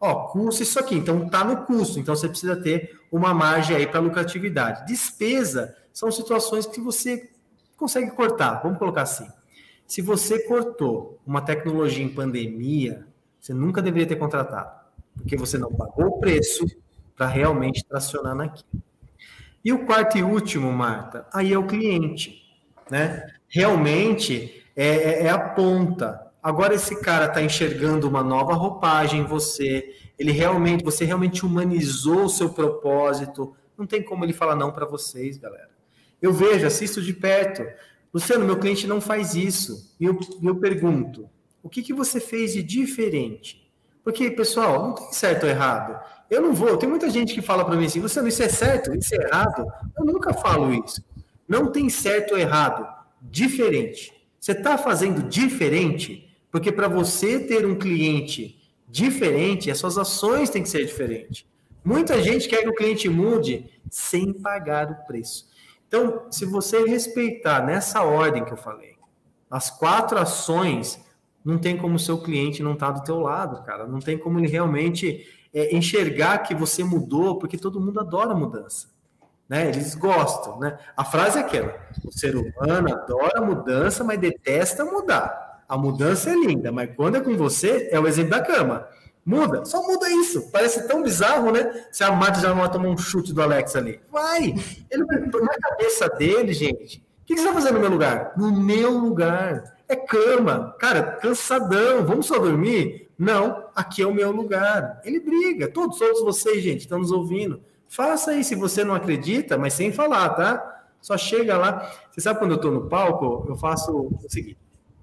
Ó, custa isso aqui, então tá no custo, então você precisa ter uma margem aí para lucratividade. Despesa são situações que você consegue cortar, vamos colocar assim. Se você cortou uma tecnologia em pandemia, você nunca deveria ter contratado, porque você não pagou o preço para realmente tracionar naquilo. E o quarto e último, Marta, aí é o cliente, né? Realmente é a ponta. Agora esse cara está enxergando uma nova roupagem em você, você realmente humanizou o seu propósito, não tem como ele falar não para vocês, galera. Eu vejo, assisto de perto, Luciano, meu cliente não faz isso. E eu pergunto, o que você fez de diferente? Porque, pessoal, não tem certo ou errado. Eu não vou, tem muita gente que fala para mim assim, Luciano, isso é certo, isso é errado. Eu nunca falo isso. Não tem certo ou errado, diferente. Você está fazendo diferente, porque para você ter um cliente diferente, as suas ações têm que ser diferentes. Muita gente quer que o cliente mude sem pagar o preço. Então, se você respeitar nessa ordem que eu falei, as 4 ações, não tem como o seu cliente não estar do teu lado, cara. Não tem como ele realmente enxergar que você mudou, porque todo mundo adora mudança. Né? Eles gostam, né? A frase é aquela: o ser humano adora mudança, mas detesta mudar. A mudança é linda, mas quando é com você, é o exemplo da cama. Muda, só muda isso. Parece tão bizarro, né? Se a Marta já não vai tomar um chute do Alex ali. Vai! Ele na cabeça dele, gente. O que você está fazendo no meu lugar? No meu lugar. É cama. Cara, cansadão. Vamos só dormir? Não, aqui é o meu lugar. Ele briga. Todos vocês, gente, estão nos ouvindo. Faça aí, se você não acredita, mas sem falar, tá? Só chega lá. Você sabe quando eu estou no palco, eu faço o seguinte.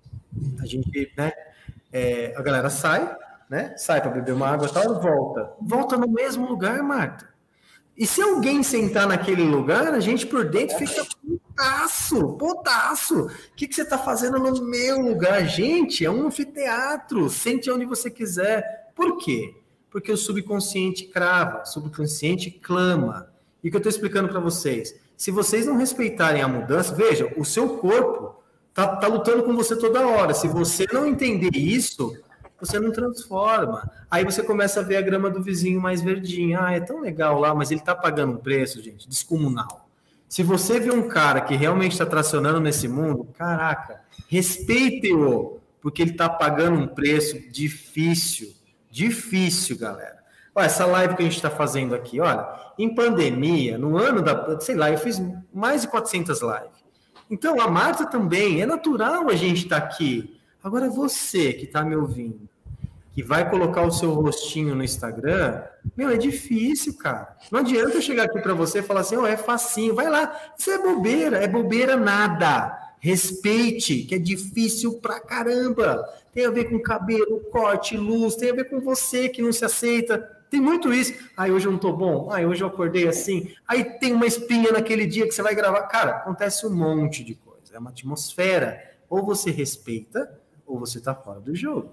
A gente, né? A galera sai, né? Sai para beber uma água e tal, volta. Volta no mesmo lugar, Marta. E se alguém sentar naquele lugar, a gente por dentro fica potaço. O que você está fazendo no meu lugar? Gente, é um anfiteatro. Sente onde você quiser. Por quê? Porque o subconsciente crava, o subconsciente clama. E o que eu estou explicando para vocês? Se vocês não respeitarem a mudança, veja, o seu corpo tá lutando com você toda hora. Se você não entender isso, você não transforma. Aí você começa a ver a grama do vizinho mais verdinha. Ah, é tão legal lá, mas ele está pagando um preço, gente, descomunal. Se você vê um cara que realmente está tracionando nesse mundo, caraca, respeite-o, porque ele está pagando um preço difícil. Difícil, galera. Olha, essa live que a gente está fazendo aqui, olha, em pandemia, no ano sei lá, eu fiz mais de 400 lives. Então, a Marta também, é natural a gente estar aqui. Agora, você que está me ouvindo, que vai colocar o seu rostinho no Instagram, é difícil, cara. Não adianta eu chegar aqui para você e falar assim, é facinho, vai lá. Isso é bobeira nada. Respeite, que é difícil pra caramba. Tem a ver com cabelo, corte, luz, tem a ver com você que não se aceita. Tem muito isso. Hoje eu não tô bom. Hoje eu acordei assim. Aí tem uma espinha naquele dia que você vai gravar. Cara, acontece um monte de coisa. É uma atmosfera. Ou você respeita, ou você tá fora do jogo.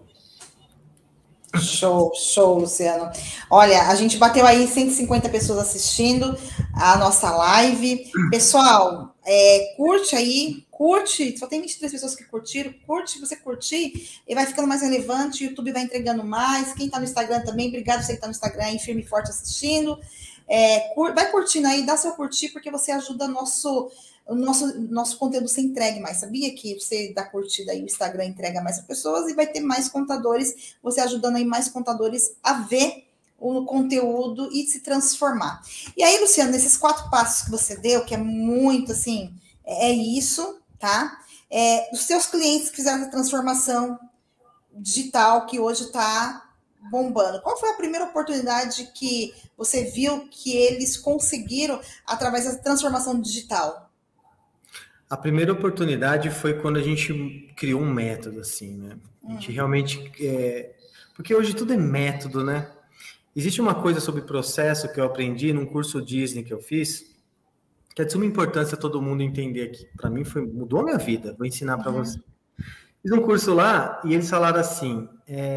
Show, Luciano. Olha, a gente bateu aí 150 pessoas assistindo a nossa live. Pessoal, curte aí, só tem 23 pessoas que curtiram, curte, se você curtir, ele vai ficando mais relevante, o YouTube vai entregando mais, quem tá no Instagram também, obrigado você que tá no Instagram aí, firme e forte assistindo, vai curtindo aí, dá seu curtir, porque você ajuda o nosso conteúdo ser entregue mais. Sabia que você dá curtida aí, o Instagram entrega mais as pessoas e vai ter mais contadores, você ajudando aí mais contadores a ver o conteúdo e se transformar. E aí, Luciano, nesses 4 passos que você deu, que é muito assim, é isso, tá? Os seus clientes que fizeram a transformação digital que hoje está bombando. Qual foi a primeira oportunidade que você viu que eles conseguiram através da transformação digital? A primeira oportunidade foi quando a gente criou um método, assim, né? A gente realmente... Porque hoje tudo é método, né? Existe uma coisa sobre processo que eu aprendi num curso Disney que eu fiz, que é de suma importância todo mundo entender aqui. Para mim, mudou a minha vida. Vou ensinar para você. Fiz um curso lá e eles falaram assim...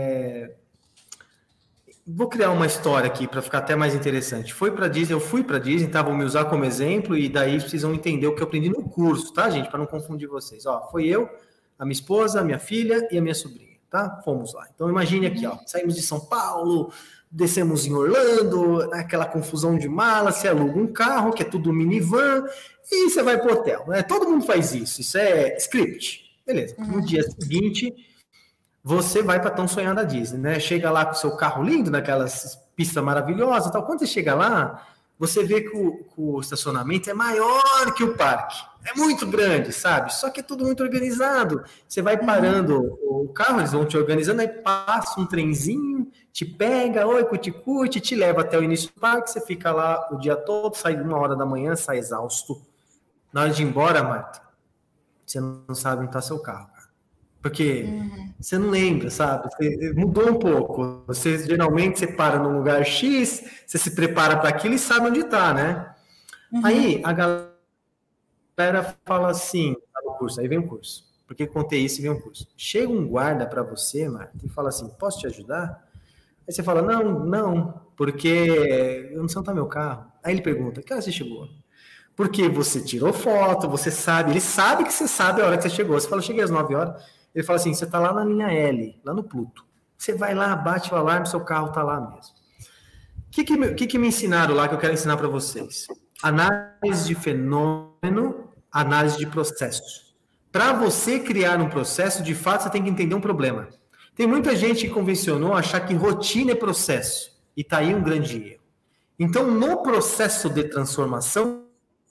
Vou criar uma história aqui para ficar até mais interessante. Eu fui para Disney, tá? Vou me usar como exemplo e daí precisam entender o que eu aprendi no curso, tá, gente? Para não confundir vocês. Foi eu, a minha esposa, a minha filha e a minha sobrinha, tá? Fomos lá. Então imagine aqui, saímos de São Paulo, descemos em Orlando, aquela confusão de mala, você aluga um carro, que é tudo minivan, e você vai pro hotel, né? Todo mundo faz isso, isso é script. Beleza. No dia seguinte, você vai para tão sonhada Disney, né? Chega lá com o seu carro lindo, naquelas pistas maravilhosas, tal. Quando você chega lá, você vê que o estacionamento é maior que o parque. É muito grande, sabe? Só que é tudo muito organizado. Você vai parando o carro, eles vão te organizando, aí passa um trenzinho, te pega, oi, cuticute, te leva até o início do parque, você fica lá o dia todo, sai 1h da manhã, sai exausto. Na hora de ir embora, Marta, você não sabe onde está seu carro, cara. Porque você não lembra, sabe? Você mudou um pouco. Geralmente você para num lugar X, você se prepara para aquilo e sabe onde está, né? Aí a galera fala assim, no curso, aí vem o curso. Porque contei isso e vem um curso. Chega um guarda para você, Marta, e fala assim, posso te ajudar? Aí você fala, não, porque eu não sei onde está meu carro. Aí ele pergunta, que hora você chegou? Porque você tirou foto, você sabe, ele sabe que você sabe a hora que você chegou. Você fala, cheguei às 9 horas. Ele fala assim, você está lá na linha L, lá no Pluto. Você vai lá, bate o alarme, seu carro está lá mesmo. O que me ensinaram lá que eu quero ensinar para vocês? Análise de fenômeno, análise de processo. Para você criar um processo, de fato, você tem que entender um problema. Tem muita gente que convencionou achar que rotina é processo. E está aí um grande erro. Então, no processo de transformação,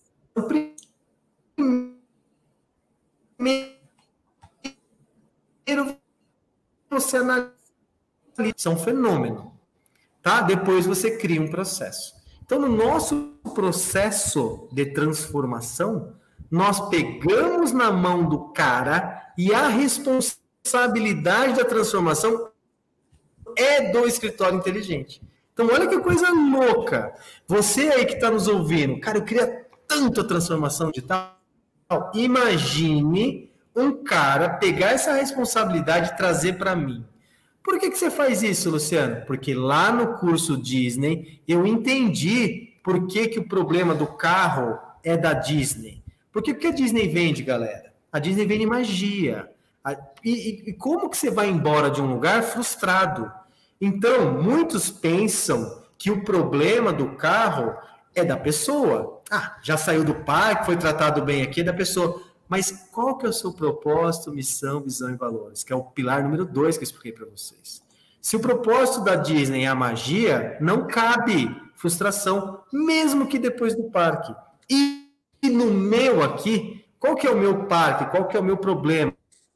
primeiro você analisa, isso é um fenômeno, tá? Depois você cria um processo. Então, no nosso processo de transformação, nós pegamos na mão do cara e a responsabilidade da transformação é do escritório inteligente. Então, olha que coisa louca. Você aí que está nos ouvindo, cara, eu queria tanto a transformação digital. Imagine um cara pegar essa responsabilidade e trazer para mim. Por que você faz isso, Luciano? Porque lá no curso Disney eu entendi por que o problema do carro é da Disney. Porque a Disney vende, galera? A Disney vende magia. E como que você vai embora de um lugar frustrado? Então, muitos pensam que o problema do carro é da pessoa. Já saiu do parque, foi tratado bem aqui, é da pessoa. Mas qual que é o seu propósito, missão, visão e valores? Que é o pilar número 2 que eu expliquei para vocês. Se o propósito da Disney é a magia, não cabe frustração, mesmo que depois do parque. E no meu aqui, qual que é o meu parque? Qual que é o meu problema?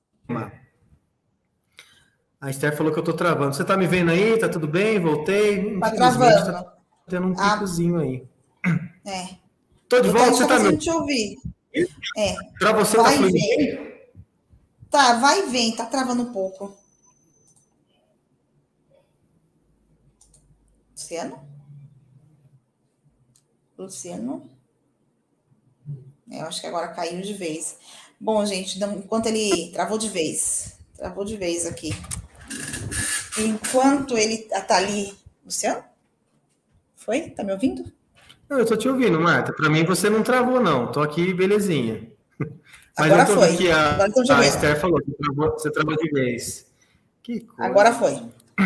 A Esther falou que eu estou travando. Você está me vendo aí? Tá tudo bem? Voltei? Tá travando. Tá tendo um picozinho aí. Tô de volta, você tá me te ouvir. Para você tá fluindo bem? Tá, vai e vem, tá travando um pouco. Luciano? Eu acho que agora caiu de vez. Bom, gente, enquanto ele travou de vez aqui. Enquanto ele tá ali, Luciano? Foi? Tá me ouvindo? Não, eu tô te ouvindo, Marta. Para mim você não travou, não. Tô aqui, belezinha. Mas agora eu tô foi. Que a Esther falou que você travou de vez. Que coisa. Agora foi.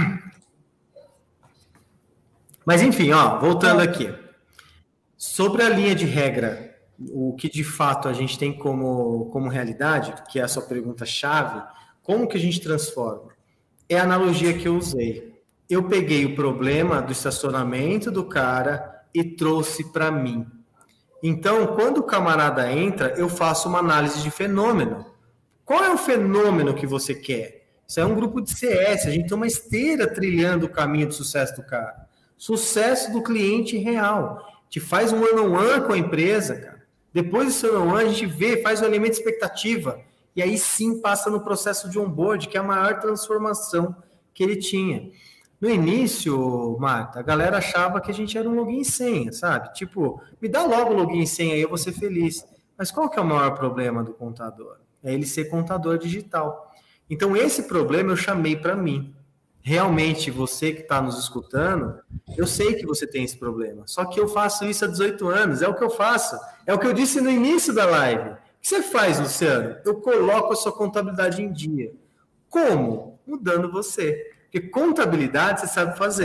Mas enfim, voltando aqui. Sobre a linha de regra, o que de fato a gente tem como realidade, que é a sua pergunta-chave, como que a gente transforma? É a analogia que eu usei. Eu peguei o problema do estacionamento do cara e trouxe para mim. Então, quando o camarada entra, eu faço uma análise de fenômeno. Qual é o fenômeno que você quer? Isso é um grupo de CS, a gente tem uma esteira trilhando o caminho de sucesso do cara. Sucesso do cliente real. A gente faz um one-on-one com a empresa, cara. Depois desse one-on-one, a gente faz o elemento de expectativa. E aí sim passa no processo de onboard, que é a maior transformação que ele tinha. No início, Marta, a galera achava que a gente era um login e senha, sabe? Tipo, me dá logo o login e senha aí, eu vou ser feliz. Mas qual que é o maior problema do contador? É ele ser contador digital. Então, esse problema eu chamei para mim. Realmente, você que está nos escutando, eu sei que você tem esse problema. Só que eu faço isso há 18 anos, é o que eu faço. É o que eu disse no início da live. O que você faz, Luciano? Eu coloco a sua contabilidade em dia. Como? Mudando você. Porque contabilidade você sabe fazer.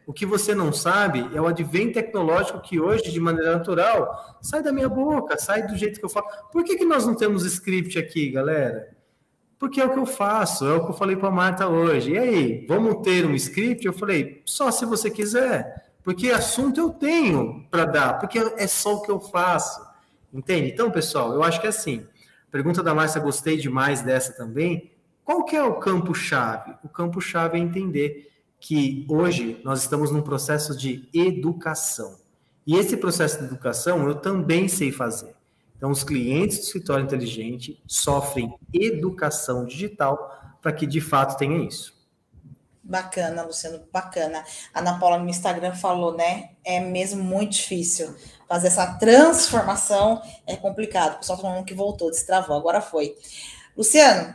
O que você não sabe é o advento tecnológico que hoje, de maneira natural, sai da minha boca, sai do jeito que eu falo. Por que nós não temos script aqui, galera? Porque é o que eu faço, é o que eu falei para a Marta hoje. E aí, vamos ter um script? Eu falei, só se você quiser, porque assunto eu tenho para dar, porque é só o que eu faço. Entende? Então, pessoal, eu acho que é assim. Pergunta da Márcia, gostei demais dessa também. Qual que é o campo-chave? O campo-chave é entender que hoje nós estamos num processo de educação. E esse processo de educação eu também sei fazer. Então, os clientes do escritório inteligente sofrem educação digital para que, de fato, tenha isso. Bacana, Luciano, bacana. A Ana Paula no Instagram falou, né? É mesmo muito difícil fazer essa transformação, é complicado. O pessoal tá falando que voltou, destravou, agora foi. Luciano,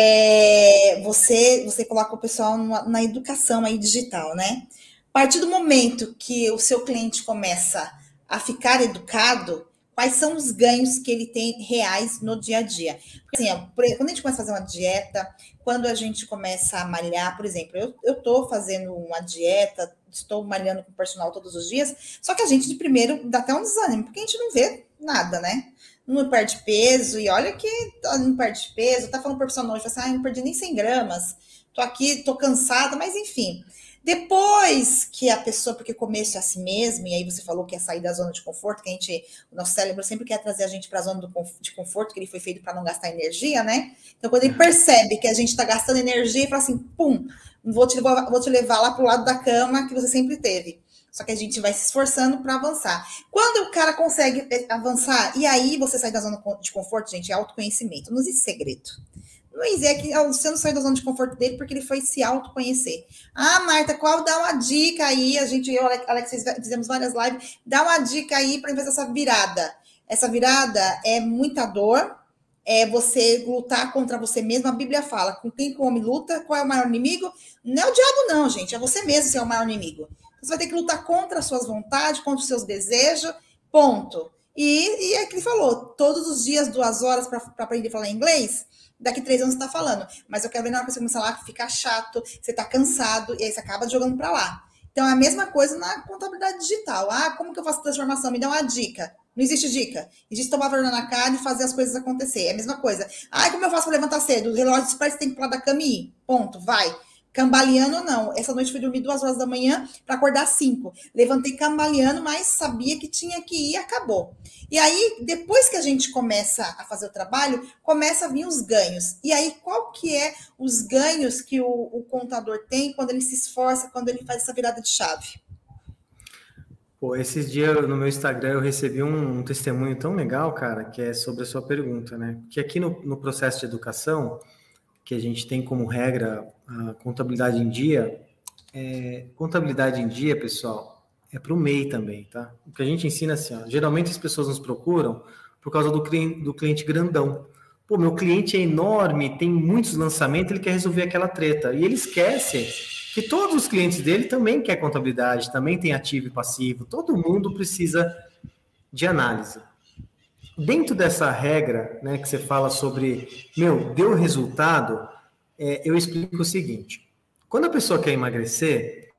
você coloca o pessoal na educação aí digital, né? A partir do momento que o seu cliente começa a ficar educado, quais são os ganhos que ele tem reais no dia a dia? Porque, assim, quando a gente começa a fazer uma dieta, quando a gente começa a malhar, por exemplo, eu estou fazendo uma dieta, estou malhando com o personal todos os dias, só que a gente de primeiro dá até um desânimo, porque a gente não vê nada, né? Não perde peso, e olha que não perde peso, tá falando pro personal hoje, assim, não perdi nem 100 gramas, tô aqui, tô cansada, mas enfim. Depois que a pessoa, porque começo é a si mesmo, e aí você falou que é sair da zona de conforto, que o nosso cérebro sempre quer trazer a gente para a zona de conforto, que ele foi feito para não gastar energia, né? Então, quando ele percebe que a gente está gastando energia, ele fala assim, pum, vou te levar lá para o lado da cama que você sempre teve. Só que a gente vai se esforçando para avançar. Quando o cara consegue avançar, e aí você sai da zona de conforto, gente, é autoconhecimento, não existe segredo. Não é que o Luciano saiu da zona de conforto dele porque ele foi se autoconhecer. Ah, Marta, qual dá uma dica aí? Eu e o Alex fizemos várias lives. Dá uma dica aí para fazer essa virada. Essa virada é muita dor, é você lutar contra você mesmo. A Bíblia fala, com quem o homem luta, qual é o maior inimigo? Não é o diabo não, gente, é você mesmo que é o maior inimigo. Você vai ter que lutar contra as suas vontades, contra os seus desejos, ponto. E é que ele falou, todos os dias, 2 horas para aprender a falar inglês, daqui 3 anos você tá falando. Mas eu quero ver na hora que você começar lá, ficar chato, você tá cansado, e aí você acaba jogando para lá. Então é a mesma coisa na contabilidade digital. Ah, como que eu faço transformação? Me dá uma dica. Não existe dica. Existe tomar vergonha na cara e fazer as coisas acontecer. É a mesma coisa. Ah, como eu faço para levantar cedo? O relógio dispara, você tem que pular da cama e ir. Ponto, vai. Cambaleando ou não. Essa noite fui dormir 2 horas da manhã para acordar 5. Levantei cambaleando, mas sabia que tinha que ir e acabou. E aí, depois que a gente começa a fazer o trabalho, começa a vir os ganhos. E aí, qual que é os ganhos que o contador tem quando ele se esforça, quando ele faz essa virada de chave? Pô, esses dias no meu Instagram eu recebi um testemunho tão legal, cara, que é sobre a sua pergunta, né? Que aqui no processo de educação, que a gente tem como regra a contabilidade em dia, contabilidade em dia, pessoal, é para o MEI também, tá? O que a gente ensina assim, ó, geralmente as pessoas nos procuram por causa do cliente grandão. Pô, meu cliente é enorme, tem muitos lançamentos, ele quer resolver aquela treta. E ele esquece que todos os clientes dele também querem contabilidade, também tem ativo e passivo, todo mundo precisa de análise. Dentro dessa regra, né, que você fala sobre, deu resultado, eu explico o seguinte. Quando a pessoa quer emagrecer,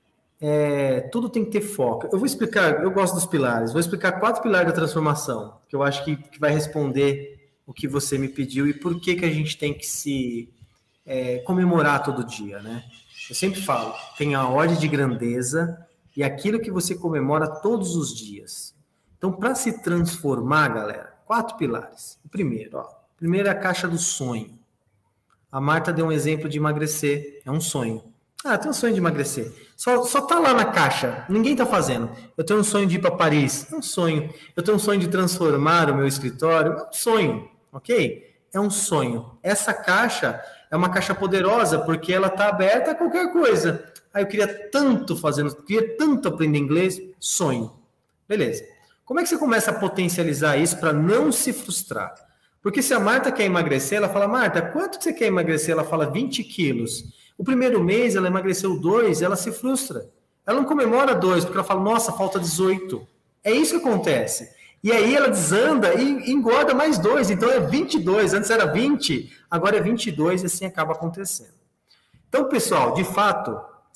tudo tem que ter foco. Eu vou explicar, eu gosto dos pilares, vou explicar 4 pilares da transformação, que eu acho que vai responder o que você me pediu e por que a gente tem que se comemorar todo dia, né? Eu sempre falo, tem a ordem de grandeza e aquilo que você comemora todos os dias. Então, para se transformar, galera, 4 pilares. O primeiro é a caixa do sonho. A Marta deu um exemplo de emagrecer, é um sonho. Ah, tem um sonho de emagrecer. Só tá lá na caixa, ninguém tá fazendo. Eu tenho um sonho de ir para Paris, é um sonho. Eu tenho um sonho de transformar o meu escritório, é um sonho, ok? É um sonho. Essa caixa é uma caixa poderosa, porque ela tá aberta a qualquer coisa. Ah, eu queria tanto aprender inglês, sonho. Beleza. Como é que você começa a potencializar isso para não se frustrar? Porque se a Marta quer emagrecer, ela fala, Marta, quanto que você quer emagrecer? Ela fala 20 quilos. O primeiro mês ela emagreceu 2, ela se frustra. Ela não comemora 2, porque ela fala, nossa, falta 18. É isso que acontece. E aí ela desanda e engorda mais 2. Então é 22, antes era 20, agora é 22 e assim acaba acontecendo. Então, pessoal, de fato,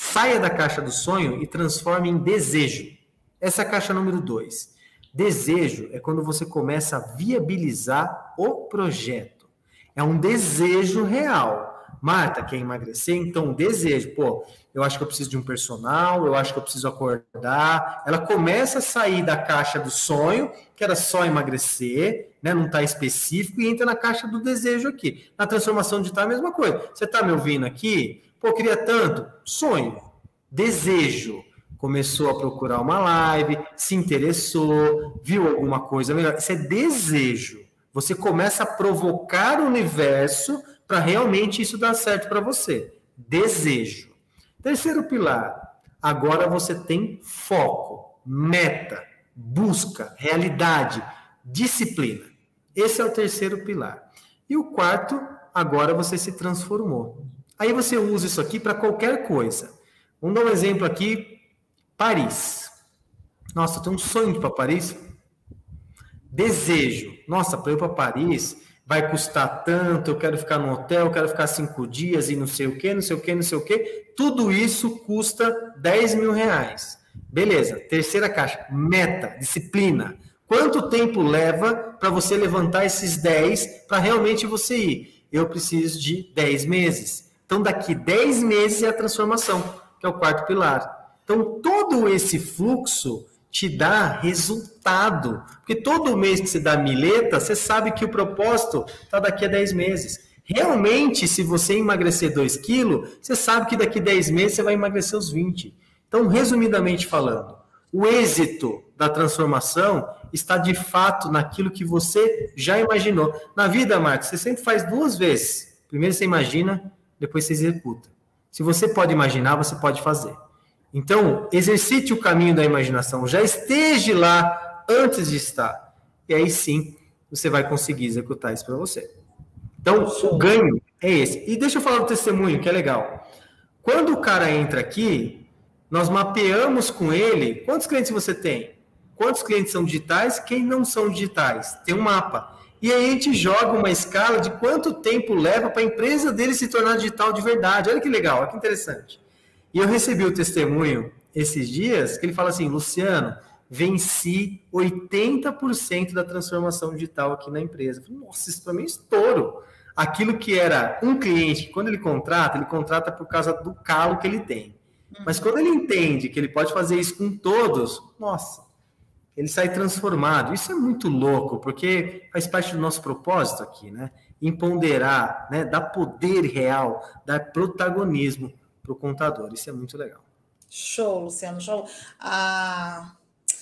Saia da caixa do sonho e transforme em desejo. Essa é a caixa número 2. Desejo é quando você começa a viabilizar o projeto. É um desejo real. Marta, quer emagrecer? Então, desejo. Pô, eu acho que eu preciso de um personal, eu acho que eu preciso acordar. Ela começa a sair da caixa do sonho, que era só emagrecer, né? Não está específico, e entra na caixa do desejo aqui. Na transformação digital é a mesma coisa. Você está me ouvindo aqui? Pô, queria tanto. Sonho. Desejo. Começou a procurar uma live, se interessou, viu alguma coisa melhor. Isso é desejo. Você começa a provocar o universo para realmente isso dar certo para você. Desejo. Terceiro pilar. Agora você tem foco, meta, busca, realidade, disciplina. Esse é o terceiro pilar. E o quarto, agora você se transformou. Aí você usa isso aqui para qualquer coisa. Vamos dar um exemplo aqui. Paris. Nossa, eu tenho um sonho de ir para Paris. Desejo. Nossa, para ir para Paris vai custar tanto, eu quero ficar no hotel, eu quero ficar 5 dias e não sei o que, não sei o que, não sei o que. Tudo isso custa 10 mil reais. Beleza. Terceira caixa. Meta, disciplina. Quanto tempo leva para você levantar esses 10 para realmente você ir? Eu preciso de 10 meses. Então, daqui 10 meses é a transformação, que é o quarto pilar. Então, todo esse fluxo te dá resultado. Porque todo mês que você dá mileta, você sabe que o propósito está daqui a 10 meses. Realmente, se você emagrecer 2 quilos, você sabe que daqui a 10 meses você vai emagrecer os 20. Então, resumidamente falando, o êxito da transformação está de fato naquilo que você já imaginou. Na vida, Marcos, você sempre faz 2 vezes. Primeiro você imagina, depois você executa. Se você pode imaginar, você pode fazer. Então, exercite o caminho da imaginação. Já esteja lá antes de estar. E aí sim, você vai conseguir executar isso para você. Então, o ganho é esse. E deixa eu falar do testemunho, que é legal. Quando o cara entra aqui, nós mapeamos com ele quantos clientes você tem, quantos clientes são digitais, quem não são digitais. Tem um mapa. E aí a gente joga uma escala de quanto tempo leva para a empresa dele se tornar digital de verdade. Olha que legal, olha que interessante. E eu recebi o testemunho esses dias, que ele fala assim, Luciano, venci 80% da transformação digital aqui na empresa. Eu falei, nossa, isso para mim é estouro. Aquilo que era um cliente, quando ele contrata por causa do calo que ele tem. Mas quando ele entende que ele pode fazer isso com todos, nossa, ele sai transformado. Isso é muito louco, porque faz parte do nosso propósito aqui, né? Empoderar, né? Dar poder real, dar protagonismo para o contador. Isso é muito legal. Show, Luciano, show. A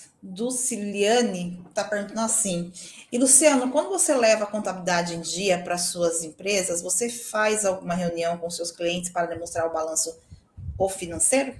Dulciliane está perguntando assim, e Luciano, quando você leva a contabilidade em dia para suas empresas, você faz alguma reunião com seus clientes para demonstrar o balanço financeiro?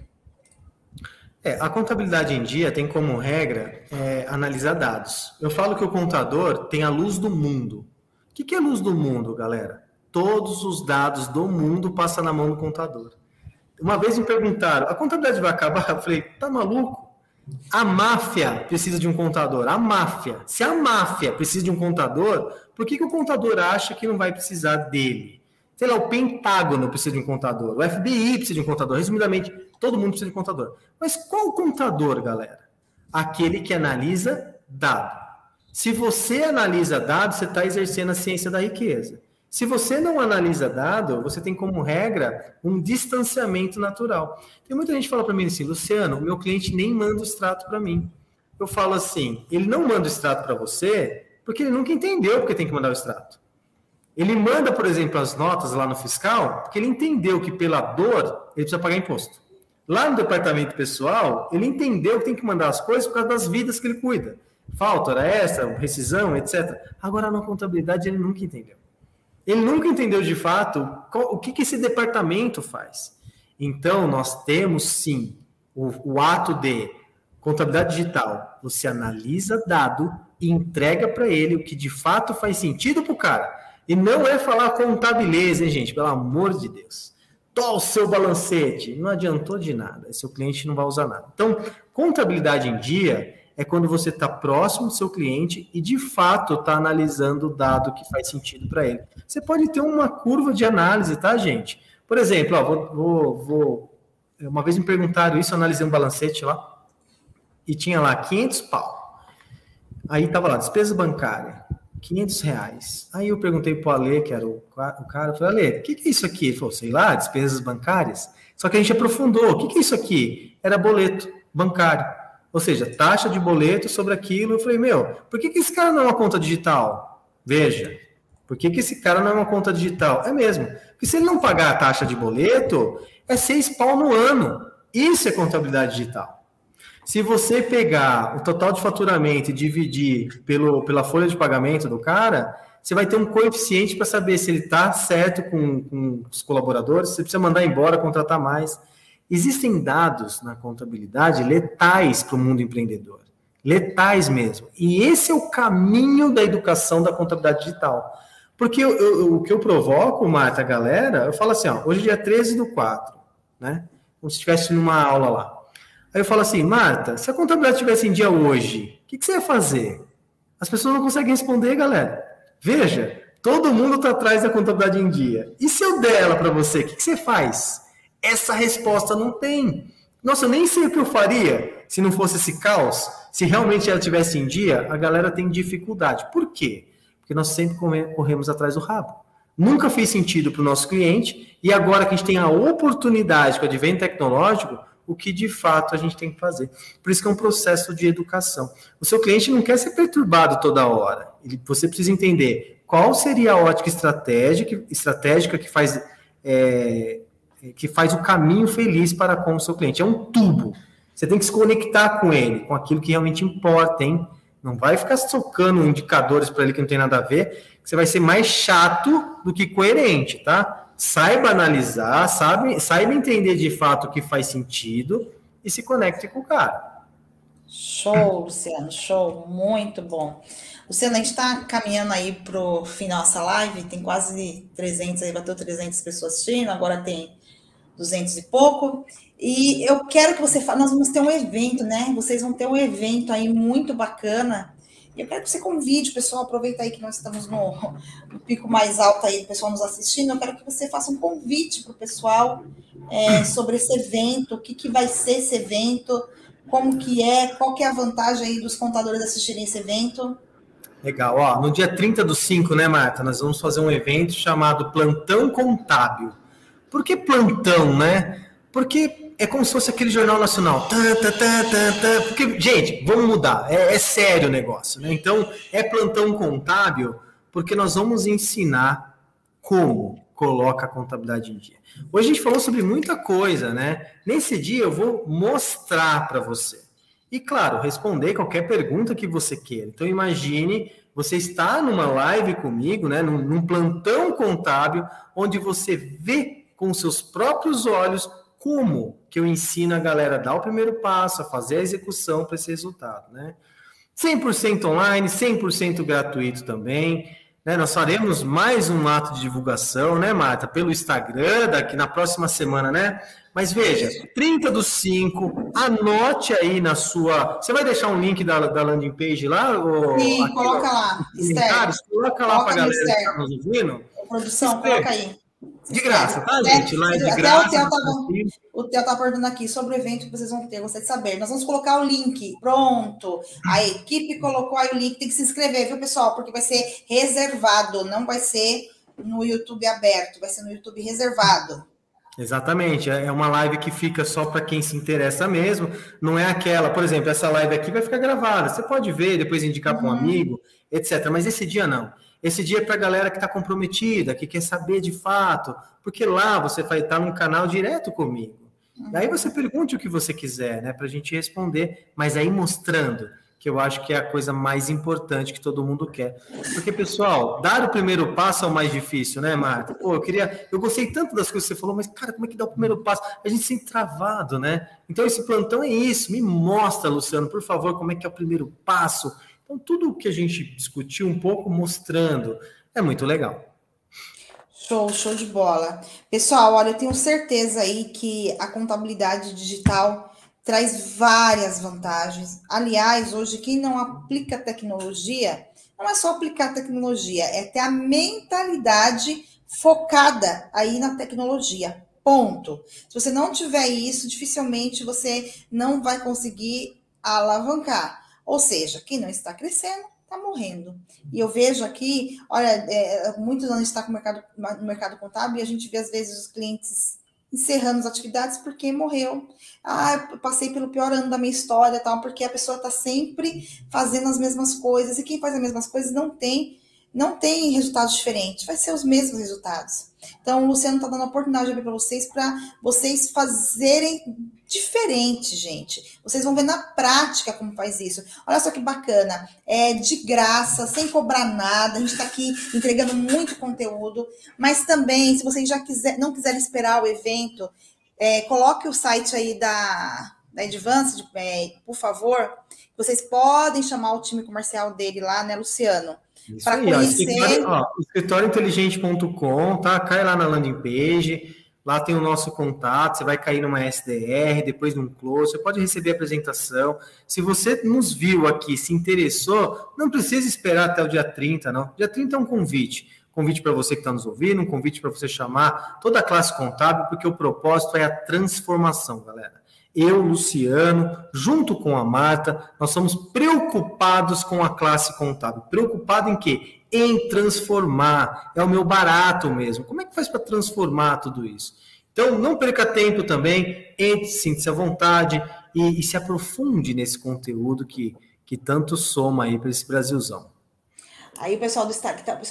A contabilidade em dia tem como regra analisar dados. Eu falo que o contador tem a luz do mundo. O que é a luz do mundo, galera? Todos os dados do mundo passam na mão do contador. Uma vez me perguntaram, a contabilidade vai acabar? Eu falei, tá maluco? A máfia precisa de um contador. A máfia. Se a máfia precisa de um contador, por que o contador acha que não vai precisar dele? Sei lá, o Pentágono precisa de um contador. O FBI precisa de um contador. Resumidamente, todo mundo precisa de um contador. Mas qual contador, galera? Aquele que analisa dado. Se você analisa dado, você está exercendo a ciência da riqueza. Se você não analisa dado, você tem como regra um distanciamento natural. Tem muita gente que fala para mim assim, Luciano, o meu cliente nem manda o extrato para mim. Eu falo assim, ele não manda o extrato para você porque ele nunca entendeu porque tem que mandar o extrato. Ele manda, por exemplo, as notas lá no fiscal porque ele entendeu que pela dor ele precisa pagar imposto. Lá no departamento pessoal, ele entendeu que tem que mandar as coisas por causa das vidas que ele cuida. Falta, hora extra, rescisão, etc. Agora, na contabilidade, ele nunca entendeu. Ele nunca entendeu, de fato, o que esse departamento faz. Então, nós temos, sim, o ato de contabilidade digital. Você analisa dado e entrega para ele o que, de fato, faz sentido para o cara. E não é falar contabilidade, hein, gente? Pelo amor de Deus. Tó o seu balancete. Não adiantou de nada. Seu cliente não vai usar nada. Então, contabilidade em dia é quando você está próximo do seu cliente e, de fato, está analisando o dado que faz sentido para ele. Você pode ter uma curva de análise, tá, gente? Por exemplo, vou uma vez me perguntaram isso, eu analisei um balancete lá, e tinha lá 500 pau. Aí tava lá, despesa bancária, R$ 500. Aí eu perguntei pro Ale, que era o cara, eu falei, Ale, o que é isso aqui? Ele falou, sei lá, despesas bancárias. Só que a gente aprofundou, o que é isso aqui? Era boleto bancário. Ou seja, taxa de boleto sobre aquilo. Eu falei, por que esse cara não é uma conta digital? Veja, por que esse cara não é uma conta digital? É mesmo, porque se ele não pagar a taxa de boleto, é 6 pau no ano. Isso é contabilidade digital. Se você pegar o total de faturamento e dividir pela folha de pagamento do cara, você vai ter um coeficiente para saber se ele está certo com os colaboradores, se você precisa mandar embora, contratar mais. Existem dados na contabilidade letais para o mundo empreendedor. Letais mesmo. E esse é o caminho da educação da contabilidade digital. Porque o que eu provoco, Marta, a galera, eu falo assim, hoje é dia 13/4, né? Como se estivesse numa aula lá. Aí eu falo assim, Marta, se a contabilidade estivesse em dia hoje, o que você ia fazer? As pessoas não conseguem responder, galera. Veja, todo mundo está atrás da contabilidade em dia. E se eu der ela para você, o que você faz? Essa resposta não tem. Nossa, eu nem sei o que eu faria se não fosse esse caos. Se realmente ela estivesse em dia, a galera tem dificuldade. Por quê? Porque nós sempre corremos atrás do rabo. Nunca fez sentido para o nosso cliente, e agora que a gente tem a oportunidade com o advento tecnológico, o que de fato a gente tem que fazer. Por isso que é um processo de educação. O seu cliente não quer ser perturbado toda hora. Você precisa entender qual seria a ótica estratégica que faz o caminho feliz para com o seu cliente. É um tubo. Você tem que se conectar com ele, com aquilo que realmente importa, hein? Não vai ficar socando indicadores para ele que não tem nada a ver, que você vai ser mais chato do que coerente, tá? Saiba analisar, saiba entender de fato o que faz sentido e se conecte com o cara. Show, Luciano, show, muito bom. Luciano, a gente está caminhando aí para o fim da nossa live, tem quase 300, aí bateu 300 pessoas assistindo, agora tem 200 e pouco, e eu quero que você fale, nós vamos ter um evento, né? Vocês vão ter um evento aí muito bacana, e eu quero que você convide o pessoal, aproveita aí que nós estamos no pico mais alto aí, o pessoal nos assistindo, eu quero que você faça um convite para o pessoal sobre esse evento, o que vai ser esse evento, como que é, qual que é a vantagem aí dos contadores assistirem esse evento. Legal, no dia 30/5, né, Marta, nós vamos fazer um evento chamado Plantão Contábil. Por que plantão, né? Porque é como se fosse aquele jornal nacional. Porque, gente, vamos mudar. É sério o negócio, né? Então, é plantão contábil porque nós vamos ensinar como coloca a contabilidade em dia. Hoje a gente falou sobre muita coisa, né? Nesse dia eu vou mostrar para você. E, claro, responder qualquer pergunta que você queira. Então, imagine você está numa live comigo, né? Num plantão contábil, onde você vê com seus próprios olhos como que eu ensino a galera a dar o primeiro passo, a fazer a execução para esse resultado, né? 100% online, 100% gratuito também, né? Nós faremos mais um ato de divulgação, né, Marta? Pelo Instagram, daqui na próxima semana, né? Mas veja, 30/5, anote aí na sua... Você vai deixar um link da landing page lá? Sim, coloca lá. Coloca lá para a galera que está nos ouvindo. Produção, coloca aí. De graça, tá, gente? Lá é de graça. O Theo tá perguntando aqui sobre o evento que vocês vão ter, gostaria de saber. Nós vamos colocar o link, pronto. A equipe colocou aí o link, tem que se inscrever, viu, pessoal? Porque vai ser reservado, não vai ser no YouTube aberto, vai ser no YouTube reservado. Exatamente, é uma live que fica só para quem se interessa mesmo, não é aquela, por exemplo, essa live aqui vai ficar gravada, você pode ver, depois indicar para um amigo, etc. Mas esse dia não. Esse dia é para a galera que está comprometida, que quer saber de fato, porque lá você vai estar num canal direto comigo. Daí você pergunte o que você quiser, né, para a gente responder, mas aí mostrando, que eu acho que é a coisa mais importante que todo mundo quer. Porque, pessoal, dar o primeiro passo é o mais difícil, né, Marta? Pô, eu gostei tanto das coisas que você falou, mas, cara, como é que dá o primeiro passo? A gente se travado, né? Então, esse plantão é isso. Me mostra, Luciano, por favor, como é que é o primeiro passo. Então, tudo o que a gente discutiu um pouco, mostrando, é muito legal. Show de bola. Pessoal, olha, eu tenho certeza aí que a contabilidade digital traz várias vantagens. Aliás, hoje, quem não aplica tecnologia, não é só aplicar tecnologia, é ter a mentalidade focada aí na tecnologia. Ponto. Se você não tiver isso, dificilmente você não vai conseguir alavancar. Ou seja, quem não está crescendo, está morrendo. E eu vejo aqui, olha, muitos anos está no mercado contábil e a gente vê às vezes os clientes encerrando as atividades porque morreu. Eu passei pelo pior ano da minha história, tal, porque a pessoa está sempre fazendo as mesmas coisas e quem faz as mesmas coisas não tem resultados diferentes, vai ser os mesmos resultados. Então, o Luciano está dando a oportunidade para vocês fazerem diferente, gente. Vocês vão ver na prática como faz isso. Olha só que bacana. É de graça, sem cobrar nada. A gente está aqui entregando muito conteúdo. Mas também, se vocês não quiserem esperar o evento, coloque o site aí da Advanced, por favor. Vocês podem chamar o time comercial dele lá, né, Luciano? Para conhecer. Escritóriointeligente.com, tá? Cai lá na landing page, lá tem o nosso contato, você vai cair numa SDR, depois num close, você pode receber a apresentação. Se você nos viu aqui, se interessou, não precisa esperar até o dia 30, não. Dia 30 é um convite para você que está nos ouvindo, um convite para você chamar toda a classe contábil, porque o propósito é a transformação, galera. Eu, Luciano, junto com a Marta, nós somos preocupados com a classe contábil. Preocupado em quê? Em transformar. É o meu barato mesmo. Como é que faz para transformar tudo isso? Então, não perca tempo também, entre, sinta-se à vontade e se aprofunde nesse conteúdo que tanto soma aí para esse Brasilzão. Aí o pessoal que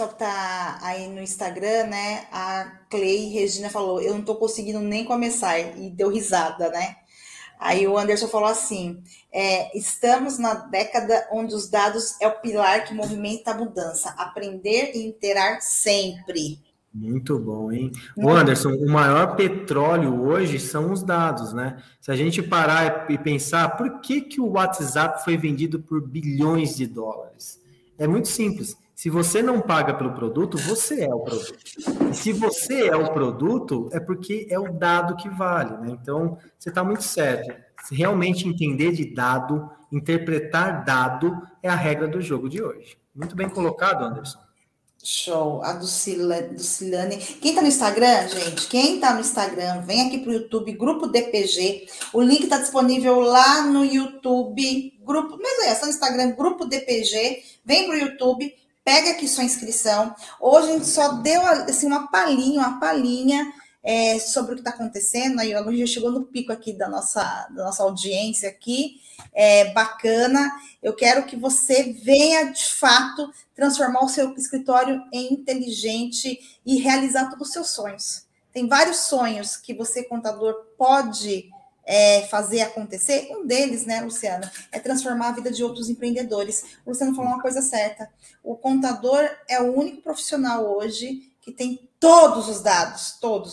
tá aí no Instagram, né? A Clay Regina falou, eu não tô conseguindo nem começar, e deu risada, né? Aí o Anderson falou assim, estamos na década onde os dados é o pilar que movimenta a mudança. Aprender e interar sempre. Muito bom, hein? O Anderson, o maior petróleo hoje são os dados, né? Se a gente parar e pensar, por que o WhatsApp foi vendido por bilhões de dólares? É muito simples. Se você não paga pelo produto, você é o produto. E se você é o produto, é porque é o dado que vale, né? Então, você está muito certo. Se realmente entender de dado, interpretar dado, é a regra do jogo de hoje. Muito bem colocado, Anderson. Show. A Dulcilane. Quem tá no Instagram, gente? Quem tá no Instagram, vem aqui pro YouTube, Grupo DPG. O link tá disponível lá no YouTube. Está no Instagram, Grupo DPG. Vem pro YouTube. Pega aqui sua inscrição. Hoje a gente só deu assim, uma palhinha sobre o que está acontecendo. Aí agora a gente chegou no pico aqui da nossa audiência aqui. Bacana. Eu quero que você venha, de fato, transformar o seu escritório em inteligente e realizar todos os seus sonhos. Tem vários sonhos que você, contador, pode fazer acontecer. Um deles, né, Luciano, é transformar a vida de outros empreendedores. O Luciano falou uma coisa certa. O contador é o único profissional hoje que tem todos os dados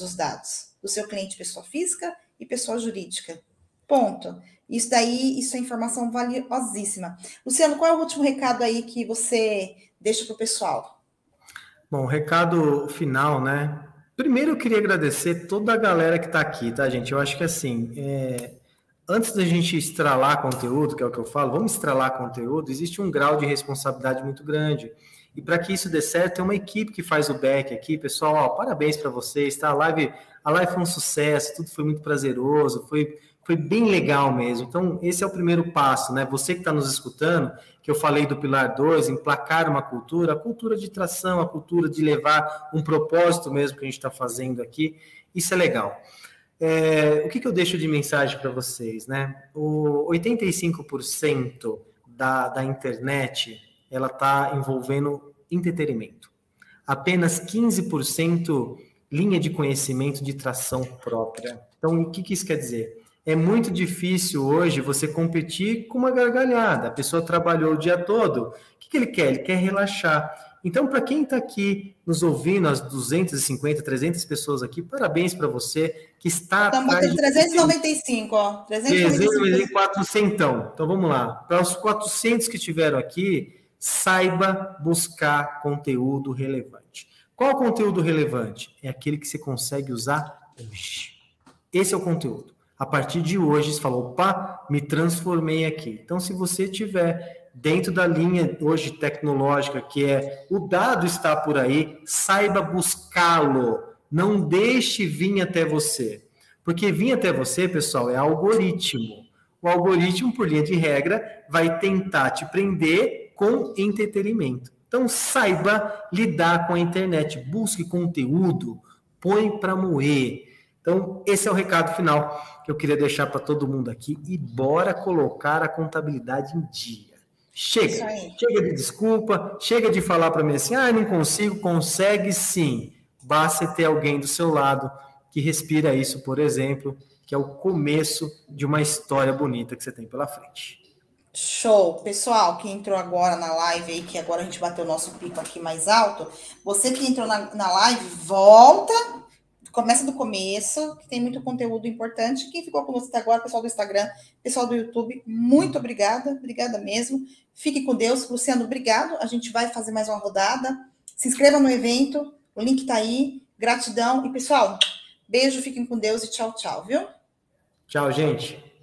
do seu cliente pessoa física e pessoa jurídica. Ponto. Isso é informação valiosíssima. Luciano, qual é o último recado aí que você deixa para o pessoal? Bom, recado final, né? Primeiro, eu queria agradecer toda a galera que está aqui, tá, gente? Eu acho que, assim, antes da gente estralar conteúdo, que é o que eu falo, vamos estralar conteúdo, existe um grau de responsabilidade muito grande. E para que isso dê certo, tem uma equipe que faz o back aqui. Pessoal, parabéns para vocês, tá? A live foi um sucesso, tudo foi muito prazeroso, foi bem legal mesmo. Então, esse é o primeiro passo, né? Você que está nos escutando, que eu falei do Pilar 2, emplacar uma cultura, a cultura de tração, a cultura de levar um propósito mesmo que a gente está fazendo aqui, isso é legal. O que eu deixo de mensagem para vocês, né? O 85% da internet, ela está envolvendo entretenimento. Apenas 15% linha de conhecimento de tração própria. Então, o que isso quer dizer? É muito difícil hoje você competir com uma gargalhada. A pessoa trabalhou o dia todo. O que ele quer? Ele quer relaxar. Então, para quem está aqui nos ouvindo, as 250, 300 pessoas aqui, parabéns para você que está... Estamos batendo 395, ó. 395. 400. Então, vamos lá. Para os 400 que estiveram aqui, saiba buscar conteúdo relevante. Qual o conteúdo relevante? É aquele que você consegue usar hoje. Esse é o conteúdo. A partir de hoje, você falou, opa, me transformei aqui. Então, se você estiver dentro da linha hoje tecnológica, que é o dado está por aí, saiba buscá-lo. Não deixe vir até você. Porque vir até você, pessoal, é algoritmo. O algoritmo, por linha de regra, vai tentar te prender com entretenimento. Então, saiba lidar com a internet. Busque conteúdo, põe para moer. Então, esse é o recado final que eu queria deixar para todo mundo aqui. E bora colocar a contabilidade em dia. Chega de desculpa, chega de falar para mim assim, não consigo, consegue sim. Basta ter alguém do seu lado que respira isso, por exemplo, que é o começo de uma história bonita que você tem pela frente. Show! Pessoal, que entrou agora na live aí, que agora a gente bateu o nosso pico aqui mais alto, você que entrou na live, volta, começa do começo, que tem muito conteúdo importante. Quem ficou com você até agora, pessoal do Instagram, pessoal do YouTube, muito obrigada mesmo. Fique com Deus. Luciano, obrigado. A gente vai fazer mais uma rodada. Se inscreva no evento, o link tá aí. Gratidão. E, pessoal, beijo, fiquem com Deus e tchau, tchau, viu? Tchau, gente.